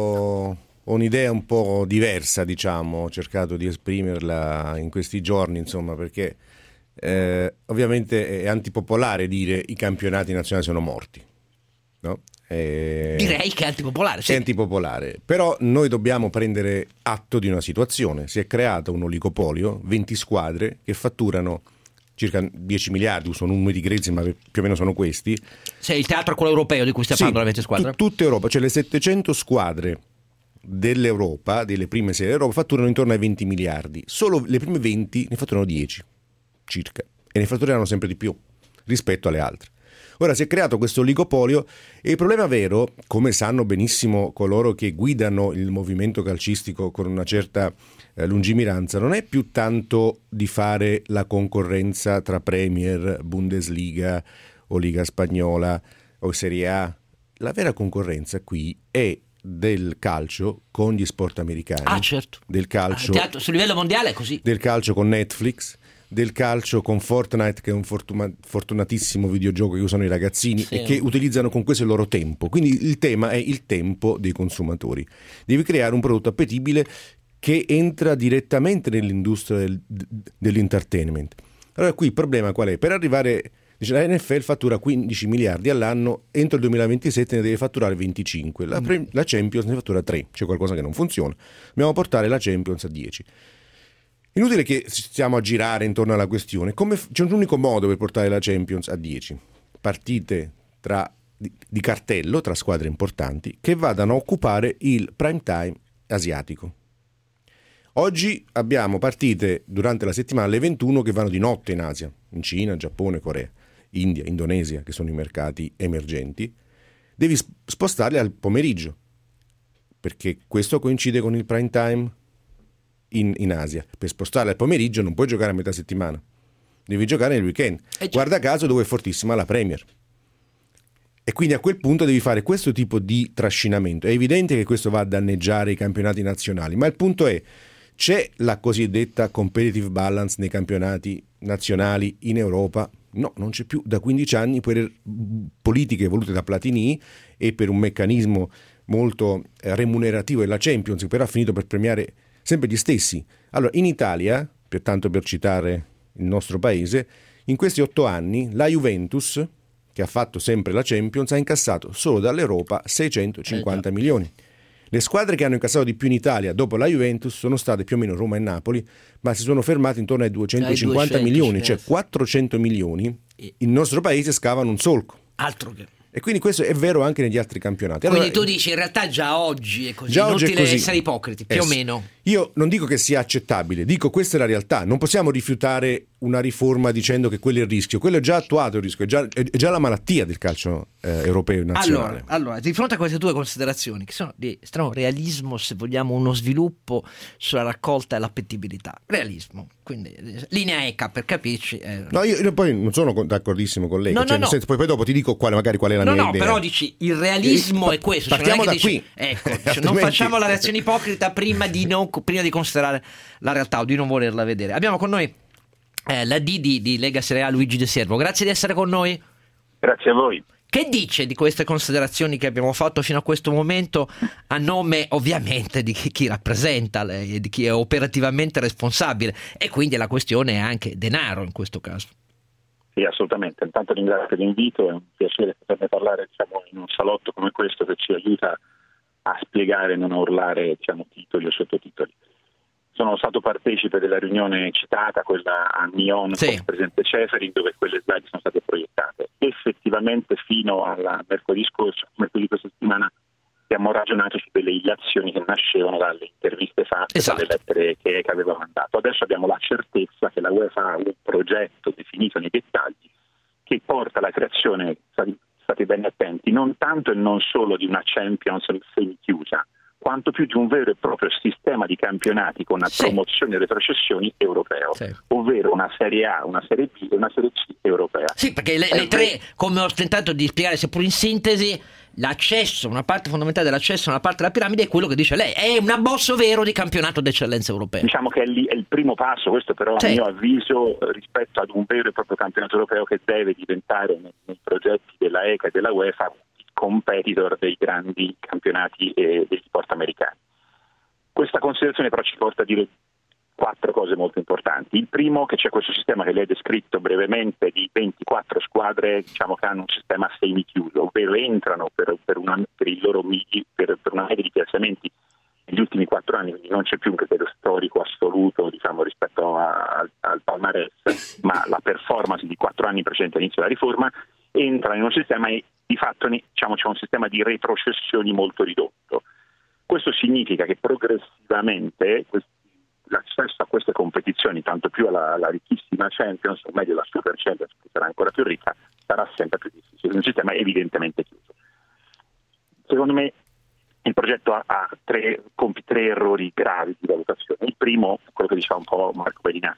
ho un'idea un po' diversa, diciamo, ho cercato di esprimerla in questi giorni, insomma, perché Eh, ovviamente è antipopolare dire i campionati nazionali sono morti, no? Eh, Direi che è antipopolare, sì. È antipopolare, però noi dobbiamo prendere atto di una situazione. Si è creato un oligopolio, venti squadre che fatturano circa dieci miliardi, sono numeri grezzi ma più o meno sono questi. C'è il teatro quello europeo di cui stai sì, parlando, la venti squadre? T- tutta Europa, cioè le settecento squadre dell'Europa, delle prime serie d'Europa, fatturano intorno ai venti miliardi, solo le prime venti ne fatturano dieci circa, e ne fatturiranno sempre di più rispetto alle altre. Ora si è creato questo oligopolio, e il problema vero, come sanno benissimo coloro che guidano il movimento calcistico con una certa eh, lungimiranza, non è più tanto di fare la concorrenza tra Premier, Bundesliga o Liga Spagnola o Serie A. La vera concorrenza qui è del calcio con gli sport americani. Ah, certo. Del calcio. Ah, teatro, sul livello mondiale è così. Del calcio con Netflix, del calcio con Fortnite, che è un fortuna- fortunatissimo videogioco che usano i ragazzini, sì, e che utilizzano con questo il loro tempo. Quindi il tema è il tempo dei consumatori. Devi creare un prodotto appetibile che entra direttamente nell'industria del, dell'entertainment. Allora qui il problema qual è? Per arrivare, dice, la N F L fattura quindici miliardi all'anno, entro il duemilaventisette ne deve fatturare venticinque, la, pre- la Champions ne fattura tre, c'è qualcosa che non funziona, dobbiamo portare la Champions a dieci. Inutile che stiamo a girare intorno alla questione. Come, c'è un unico modo per portare la Champions a dieci: partite tra, di, di cartello tra squadre importanti che vadano a occupare il prime time asiatico. Oggi abbiamo partite durante la settimana alle ventuno che vanno di notte in Asia, in Cina, Giappone, Corea, India, Indonesia, che sono i mercati emergenti. Devi spostarli al pomeriggio, perché questo coincide con il prime time in, in Asia. Per spostarli al pomeriggio non puoi giocare a metà settimana, devi giocare nel weekend. Guarda caso dove è fortissima la Premier. E quindi a quel punto devi fare questo tipo di trascinamento. È evidente che questo va a danneggiare i campionati nazionali, ma il punto è: c'è la cosiddetta competitive balance nei campionati nazionali in Europa? No, non c'è più da quindici anni per politiche volute da Platini e per un meccanismo molto remunerativo della Champions, che però ha finito per premiare sempre gli stessi. Allora, in Italia, per tanto per citare il nostro paese, in questi otto anni la Juventus, che ha fatto sempre la Champions, ha incassato solo dall'Europa seicentocinquanta milioni. Le squadre che hanno incassato di più in Italia dopo la Juventus sono state più o meno Roma e Napoli, ma si sono fermati intorno ai duecentocinquanta milioni, cioè quattrocento milioni. Il nostro paese scavano un solco. Altro che. E quindi questo è vero anche negli altri campionati. Quindi allora, tu dici in realtà già oggi è così, già oggi inutile è così. essere ipocriti, più eh, o meno. Io non dico che sia accettabile, dico questa è la realtà. Non possiamo rifiutare una riforma dicendo che quello è il rischio. Quello è già attuato il rischio, è già, è già la malattia del calcio eh, europeo nazionale. Allora, allora, di fronte a queste due considerazioni, che sono di estremo realismo, se vogliamo uno sviluppo sulla raccolta e l'appetibilità. Realismo, quindi linea E C A per capirci. Eh. No, io, io poi non sono d'accordissimo con lei. No, cioè, no, nel no. senso, poi, poi dopo ti dico quale, magari qual è la no, mia no, idea. No, però dici, il realismo eh, è questo. Partiamo cioè non è da che qui. Dici, ecco, cioè, non facciamo la reazione ipocrita prima di, non, prima di considerare la realtà o di non volerla vedere. Abbiamo con noi eh, la D di, di Lega Serie A, Luigi De Siervo. Grazie di essere con noi. Grazie a voi. Che dice di queste considerazioni che abbiamo fatto fino a questo momento, a nome ovviamente di chi, chi rappresenta lei, di chi è operativamente responsabile, e quindi la questione è anche denaro in questo caso? Sì, assolutamente. Intanto ringrazio per l'invito, è un piacere poterne parlare, diciamo, in un salotto come questo che ci aiuta a spiegare e non a urlare, diciamo, titoli o sottotitoli. Sono stato partecipe della riunione citata, quella a Nyon, sì, con il presidente Ceferin, dove quelle slide sono state proiettate. Effettivamente fino al mercoledì scorso, mercoledì questa settimana, abbiamo ragionato su delle illazioni che nascevano dalle interviste fatte, esatto, dalle lettere che, che aveva mandato. Adesso abbiamo la certezza che la UEFA ha un progetto definito nei dettagli che porta alla creazione, state ben attenti, non tanto e non solo di una Champions semi-chiusa, quanto più di un vero e proprio sistema di campionati con una, sì, promozione e retrocessioni europeo, sì, ovvero una Serie A, una Serie B e una Serie C europea. Sì, perché le, le tre, come ho tentato di spiegare seppur in sintesi, l'accesso, una parte fondamentale dell'accesso, una parte della piramide è quello che dice lei, è un abbozzo vero di campionato d'eccellenza europeo. Diciamo che è, lì, è il primo passo, questo però, sì, a mio avviso, rispetto ad un vero e proprio campionato europeo che deve diventare nei, nei progetti della E C A e della UEFA competitor dei grandi campionati e degli sport americani. Questa considerazione però ci porta a dire quattro cose molto importanti. Il primo, che c'è questo sistema che lei ha descritto brevemente di ventiquattro squadre, diciamo, che hanno un sistema semi-chiuso, ovvero entrano per, per, una, per, il loro, per, per una media di piazzamenti negli ultimi quattro anni, quindi non c'è più un criterio storico assoluto, diciamo, rispetto a, a, al palmarès, ma la performance di quattro anni precedenti all'inizio della riforma entra in un sistema e di fatto, diciamo, c'è un sistema di retrocessioni molto ridotto. Questo significa che progressivamente questi, l'accesso a queste competizioni, tanto più alla, alla ricchissima Champions, o meglio la Super Champions, che sarà ancora più ricca, sarà sempre più difficile. Un sistema evidentemente chiuso. Secondo me il progetto ha, ha tre, compie tre errori gravi di valutazione. Il primo, quello che diceva un po' Marco Bellinazzo,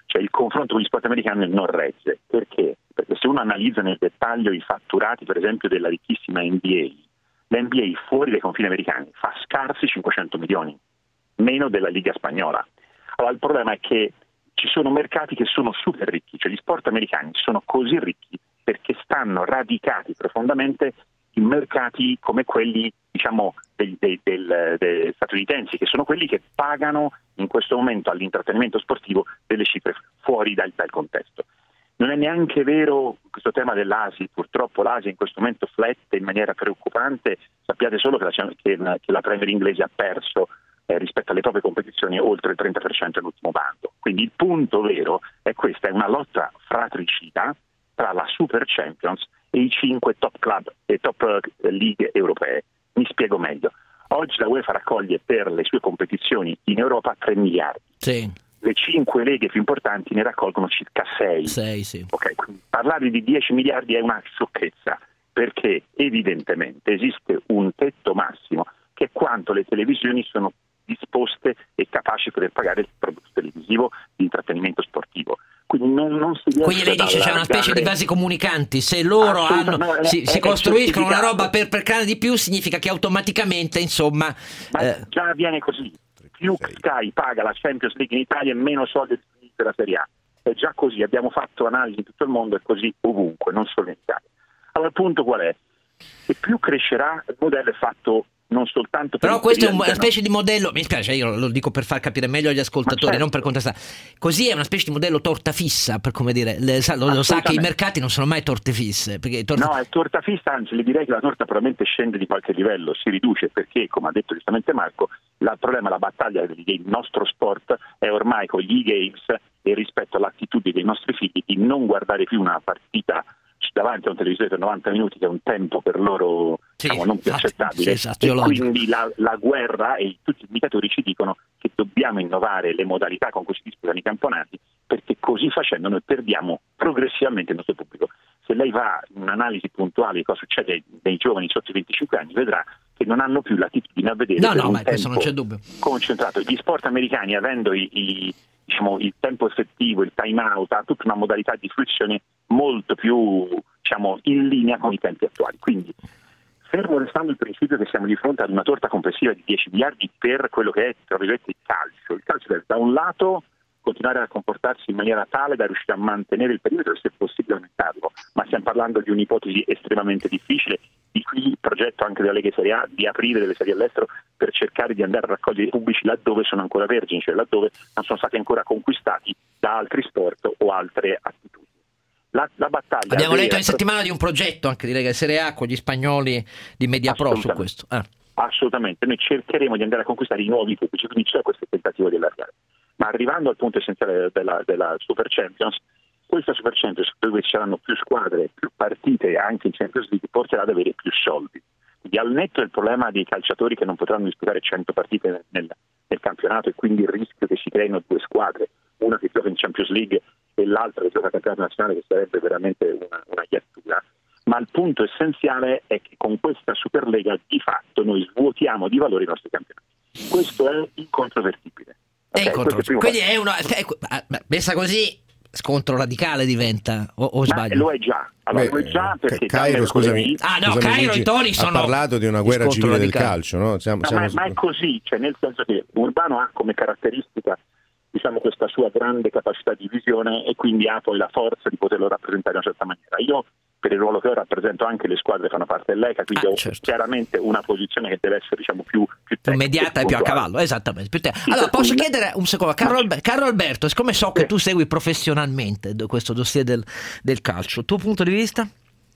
Cioè il confronto con gli sport americani non regge. Perché? Perché se uno analizza nel dettaglio i fatturati, per esempio, della ricchissima N B A, l'N B A fuori dai confini americani fa scarsi cinquecento milioni, meno della Liga spagnola. Allora il problema è che ci sono mercati che sono super ricchi, cioè gli sport americani sono così ricchi perché stanno radicati profondamente in mercati come quelli, diciamo, del, del, del, del statunitensi, che sono quelli che pagano in questo momento all'intrattenimento sportivo delle cifre fuori dal, dal contesto. Non è neanche vero questo tema dell'Asia, purtroppo l'Asia in questo momento flette in maniera preoccupante. Sappiate solo che la, che la, che la Premier inglese ha perso eh, rispetto alle proprie competizioni oltre il trenta per cento all'ultimo bando. Quindi il punto vero è questa, è una lotta fratricida tra la Super Champions e i cinque top club e top league europee. Mi spiego meglio. Oggi la UEFA raccoglie per le sue competizioni in Europa tre miliardi. Sì. Le cinque leghe più importanti ne raccolgono circa sei. sei sì. Okay. Parlare di dieci miliardi è una sciocchezza, perché evidentemente esiste un tetto massimo che è quanto le televisioni sono disposte e capaci di poter pagare il prodotto televisivo di intrattenimento sportivo. Quindi non, non si riesce. Quindi lei dice c'è una specie di vasi comunicanti, se loro hanno, no, si, è, si è costruiscono una roba per, per creare di più, significa che automaticamente, insomma, ma eh... già avviene così. Più Sky paga la Champions League in Italia e meno soldi per la Serie A. È già così, abbiamo fatto analisi in tutto il mondo, è così ovunque, non solo in Italia. Allora il punto qual è? Che più crescerà, il modello è fatto non soltanto per... Però questo è una specie di modello, mi spiace, io lo dico per far capire meglio agli ascoltatori, certo, non per contestare. Così è una specie di modello torta fissa, per come dire, le, sa, lo, lo sa che i mercati non sono mai torte fisse. Perché torta... No, è torta fissa, anzi le direi che la torta probabilmente scende di qualche livello, si riduce perché, come ha detto giustamente Marco, il problema, la battaglia del nostro sport è ormai con gli e-games e rispetto all'attitudine dei nostri figli di non guardare più una partita davanti a un televisore per novanta minuti, che è un tempo per loro, sì, diciamo, non più accettabile, sì, esatto, e quindi la, la guerra e tutti gli indicatori ci dicono che dobbiamo innovare le modalità con cui si disputano i campionati, perché così facendo noi perdiamo progressivamente il nostro pubblico. Se lei va in un'analisi puntuale di cosa succede nei giovani sotto i venticinque anni, vedrà che non hanno più l'attitudine a vedere no, per no, un ma questo non tempo c'è dubbio. Concentrato. Gli sport americani, avendo i, i, diciamo, il tempo effettivo, il time out, ha tutta una modalità di fruizione molto più, diciamo, in linea con i tempi attuali. Quindi, fermo restando il principio che siamo di fronte ad una torta complessiva di dieci miliardi per quello che è, tra virgolette, il calcio. Il calcio deve da un lato continuare a comportarsi in maniera tale da riuscire a mantenere il perimetro e se possibile aumentarlo, ma stiamo parlando di un'ipotesi estremamente difficile, di qui il progetto anche della Lega Serie A di aprire delle serie all'estero per cercare di andare a raccogliere i pubblici laddove sono ancora vergini, cioè laddove non sono stati ancora conquistati da altri sport o altre attitudini. La, la battaglia abbiamo letto vera... in settimana di un progetto anche di Lega Serie A con gli spagnoli di Mediapro su questo. Ah. Assolutamente, noi cercheremo di andare a conquistare i nuovi pubblici, quindi c'è questo tentativo di allargare. Ma arrivando al punto essenziale della, della Super Champions, questa Super Champions dove ci saranno più squadre, più partite anche in Champions League, porterà ad avere più soldi. Quindi al netto del problema dei calciatori che non potranno disputare cento partite nel, nel campionato e quindi il rischio che si creino due squadre, una che gioca in Champions League e l'altra che gioca a campionato nazionale, che sarebbe veramente una, una iattura. Ma il punto essenziale è che con questa Superlega di fatto noi svuotiamo di valore i nostri campionati. Questo è incontrovertibile. Okay, è quindi è una messa così scontro radicale diventa o, o sbaglio? Lo è già. Allora, Beh, lo è già perché Cairo, scusami, ah no, scusami, Cairo Gigi, i toni sono ha parlato di una guerra civile radicale del calcio, no? Siamo, no siamo... Ma, ma è così, cioè nel senso che Urbano ha come caratteristica, diciamo, questa sua grande capacità di visione e quindi ha poi la forza di poterlo rappresentare in una certa maniera. Io per il ruolo che ho rappresento anche le squadre che fanno parte dell'E C A, quindi ah, ho certo. chiaramente una posizione che deve essere, diciamo, più più immediata e più a cavallo, esattamente. Più te- sì, allora posso cui... chiedere un secondo, Carlo, Alber- Carlo Alberto, siccome so che sì. tu segui professionalmente questo dossier del, del calcio, tuo punto di vista?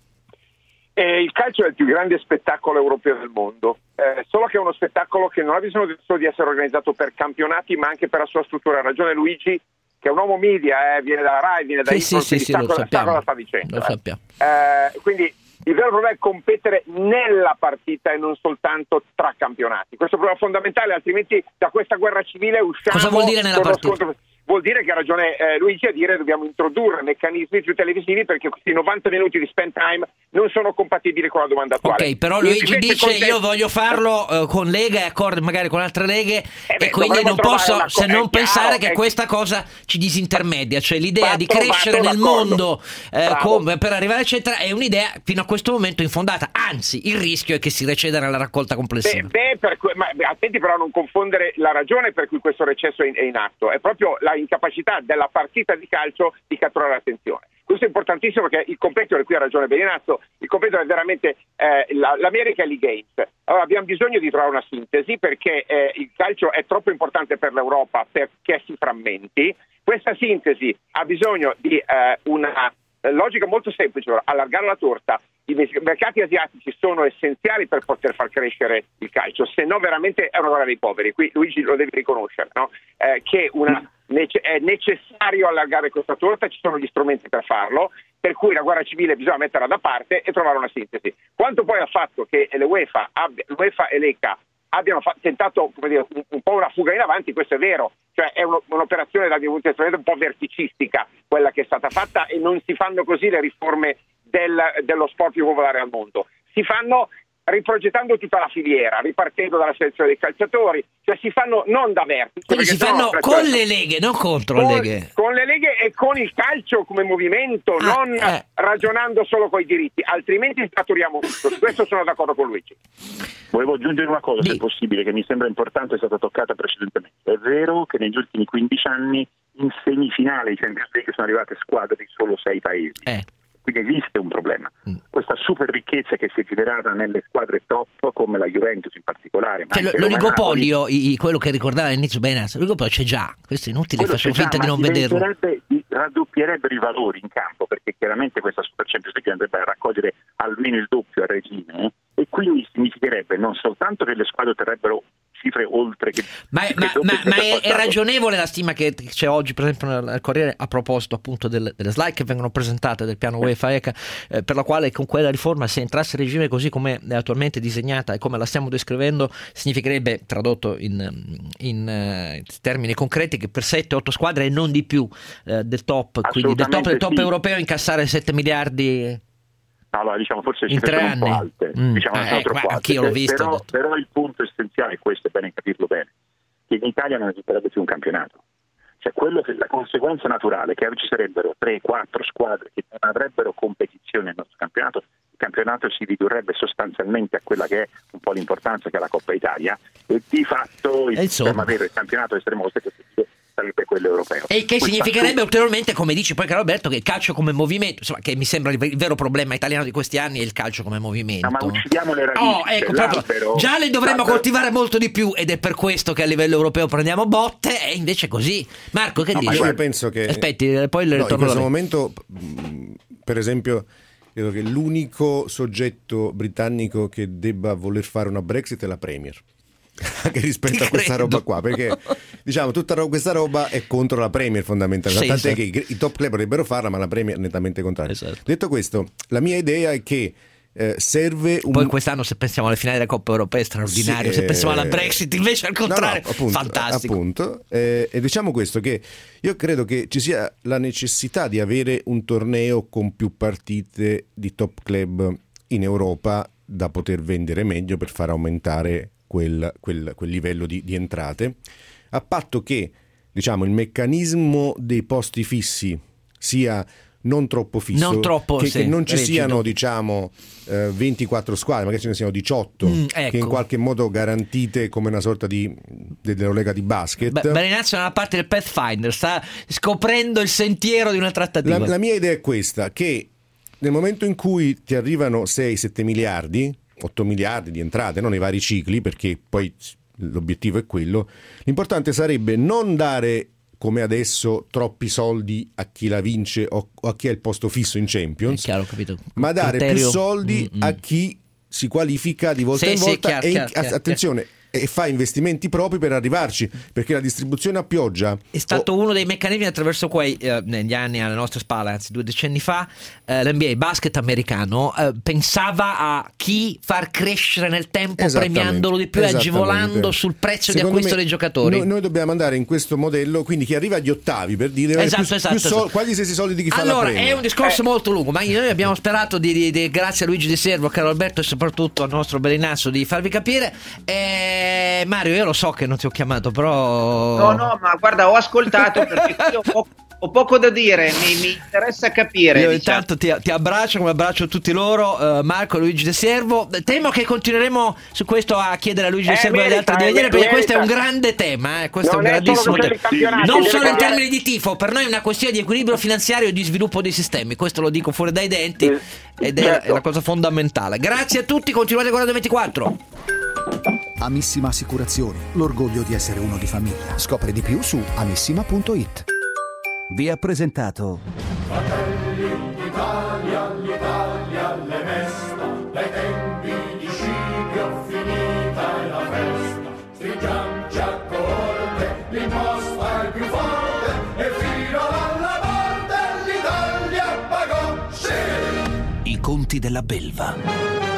Eh, il calcio è il più grande spettacolo europeo del mondo, eh, solo che è uno spettacolo che non ha bisogno solo di essere organizzato per campionati, ma anche per la sua struttura. Ha ragione Luigi, che è un uomo media, eh, viene dalla Rai, viene da sì, sì, sì, sì, sa, lo cosa, sappiamo, sa cosa sta dicendo. Lo eh. sappiamo. Eh, quindi il vero problema è competere nella partita e non soltanto tra campionati. Questo è un problema fondamentale, altrimenti da questa guerra civile usciamo. Cosa vuol dire nella partita? vuol dire che ha ragione eh, Luigi a dire dobbiamo introdurre meccanismi più televisivi, perché questi novanta minuti di spend time non sono compatibili con la domanda attuale. Ok, però Luigi dice te... io voglio farlo uh, con Lega e accordi magari con altre leghe eh beh, e quindi non posso co- se non pensare che è... questa cosa ci disintermedia, cioè l'idea di crescere nel mondo eh, come, per arrivare eccetera è un'idea fino a questo momento infondata, anzi il rischio è che si receda nella raccolta complessiva. Beh, beh, per cui, ma, attenti però a non confondere la ragione per cui questo recesso è in, è in atto, è proprio la incapacità della partita di calcio di catturare l'attenzione. Questo è importantissimo perché il competitor, qui ha ragione Beninazzo, il competitor è veramente eh, la, l'America League Games. Allora abbiamo bisogno di trovare una sintesi perché eh, il calcio è troppo importante per l'Europa perché si frammenti. Questa sintesi ha bisogno di eh, una logica molto semplice, allargare la torta. I mercati asiatici sono essenziali per poter far crescere il calcio, se no veramente è una guerra dei poveri. Qui Luigi lo deve riconoscere, no? eh, che una, nece- è necessario allargare questa torta, ci sono gli strumenti per farlo, per cui la guerra civile bisogna metterla da parte e trovare una sintesi. Quanto poi al fatto che l'UEFA, abbia, l'UEFA e l'E C A abbiano fa- tentato come dire, un, un po' una fuga in avanti, questo è vero, cioè è uno, un'operazione dal mio punto di vista un po' verticistica quella che è stata fatta, e non si fanno così le riforme del, dello sport più popolare al mondo, si fanno riprogettando tutta la filiera, ripartendo dalla selezione dei calciatori, cioè si fanno non da vertice. Quindi si fanno con le leghe, non contro con, le leghe. Con le leghe e con il calcio come movimento, ah, non eh. ragionando solo coi diritti, altrimenti saturiamo tutto. Su questo sono d'accordo con Luigi. Volevo aggiungere una cosa, Dì. se è possibile, che mi sembra importante, è stata toccata precedentemente. È vero che negli ultimi quindici anni in semifinale di Champions League sono arrivate squadre di solo sei paesi. Eh. Quindi esiste un problema. Mm. Questa super ricchezza che si è generata nelle squadre top, come la Juventus in particolare. Ma cioè, l'oligopolio, i, quello che ricordava all'inizio Benas, l'oligopolio c'è già, questo è inutile, quello facciamo finta già, di non vederlo. Raddoppierebbero i valori in campo, perché chiaramente questa Super Champions League andrebbe a raccogliere almeno il doppio a regime, e quindi significherebbe non soltanto che le squadre otterrebbero cifre oltre che... Ma, che ma, ma, ma è, è ragionevole la stima che c'è oggi, per esempio, nel Corriere, a proposito appunto delle, delle slide che vengono presentate del piano UEFA E C A, eh, per la quale con quella riforma, se entrasse a regime così come è attualmente disegnata e come la stiamo descrivendo, significherebbe, tradotto in, in, in termini concreti, che per sette otto squadre e non di più eh, del top, quindi del top, del top sì. europeo, incassare sette miliardi... Allora, diciamo, forse in tre anni. Un po' alte, mm. diciamo, eh, troppo alte. Anch'io l'ho visto. Però, però il punto essenziale è questo, è bene capirlo bene, che in Italia non esisterebbe più un campionato. Cioè, quello che la conseguenza naturale è che ci sarebbero tre quattro squadre che non avrebbero competizione nel nostro campionato, il campionato si ridurrebbe sostanzialmente a quella che è un po' l'importanza che ha la Coppa Italia, e di fatto il sistema vero del campionato estremo sarebbe quello europeo. E che Questa significherebbe ulteriormente, come dice poi Carlo Alberto, che il calcio come movimento, insomma, che mi sembra il vero problema italiano di questi anni, è il calcio come movimento. No, ma uccidiamo le radici. Oh, ecco, proprio, già le dovremmo l'albero. coltivare molto di più, ed è per questo che a livello europeo prendiamo botte, e invece così. Marco, che no, dici? Io penso che aspetti, poi le no, ritorno in questo momento, per esempio, credo che l'unico soggetto britannico che debba voler fare una Brexit è la Premier. Anche rispetto a questa roba qua, perché diciamo tutta questa roba è contro la Premier fondamentalmente, sì, tant'è sì. che i, i top club vorrebbero farla, ma la Premier è nettamente contraria. Esatto. Detto questo, la mia idea è che eh, serve un... Poi quest'anno, se pensiamo alle finali della Coppa Europea, è straordinario, sì, se pensiamo alla Brexit invece al contrario, no, no, appunto, fantastico appunto, eh, e diciamo questo, che io credo che ci sia la necessità di avere un torneo con più partite di top club in Europa da poter vendere meglio, per far aumentare Quel, quel, quel livello di, di entrate, a patto che diciamo il meccanismo dei posti fissi sia non troppo fisso, non troppo, che, sì, che non ci rigido. siano diciamo eh, ventiquattro squadre, magari ce ne siano diciotto, mm, ecco. che in qualche modo garantite come una sorta di dell'Eurolega di basket. Beh, Berenazzo è una parte del Pathfinder, sta scoprendo il sentiero di una trattativa. La, la mia idea è questa, che nel momento in cui ti arrivano sei sette miliardi, otto miliardi di entrate, no, nei vari cicli, perché poi l'obiettivo è quello, l'importante sarebbe non dare come adesso troppi soldi a chi la vince o a chi ha il posto fisso in Champions, chiaro, capito. ma dare Criterio. più soldi mm-hmm. a chi si qualifica di volta sì, in volta, sì, chiaro, e in, chiaro, chiaro, attenzione chiaro. e fa investimenti propri per arrivarci, perché la distribuzione a pioggia è stato oh. uno dei meccanismi attraverso cui eh, negli anni alle nostre spalle, anzi due decenni fa, eh, l'N B A basket americano eh, pensava a chi far crescere nel tempo, premiandolo di più e agevolando sul prezzo Secondo di acquisto me, dei giocatori. Noi, noi dobbiamo andare in questo modello, quindi chi arriva agli ottavi, per dire esatto, più, esatto, più esatto. Sol- quasi stessi soldi di chi allora, fa la premia. È un discorso eh. molto lungo, ma noi abbiamo sperato di, di, di grazie a Luigi De Servo, a Carlo Alberto e soprattutto al nostro Bellinazzo di farvi capire. eh, Mario, io lo so che non ti ho chiamato, però no no ma guarda, ho ascoltato perché io ho, ho poco da dire, mi, mi interessa capire. Io diciamo. intanto ti, ti abbraccio come abbraccio tutti loro, uh, Marco e Luigi De Servo. Temo che continueremo su questo a chiedere a Luigi eh, De Servo e agli altri di venire, perché questo è un grande tema, eh. questo non è un grandissimo è tema, non solo in termini di tifo, per noi è una questione di equilibrio finanziario e di sviluppo dei sistemi, questo lo dico fuori dai denti ed è, certo. è la cosa fondamentale. Grazie a tutti, continuate con Radio ventiquattro. Amissima Assicurazioni, l'orgoglio di essere uno di famiglia. Scopri di più su amissima punto it. Vi ha presentato Fratelli d'Italia, l'Italia le mesta, dai tempi di Scipio finita è la festa. Stringiamoci a coorte, l'imposta è più forte e fino alla morte l'Italia pagò, sì! I conti della belva.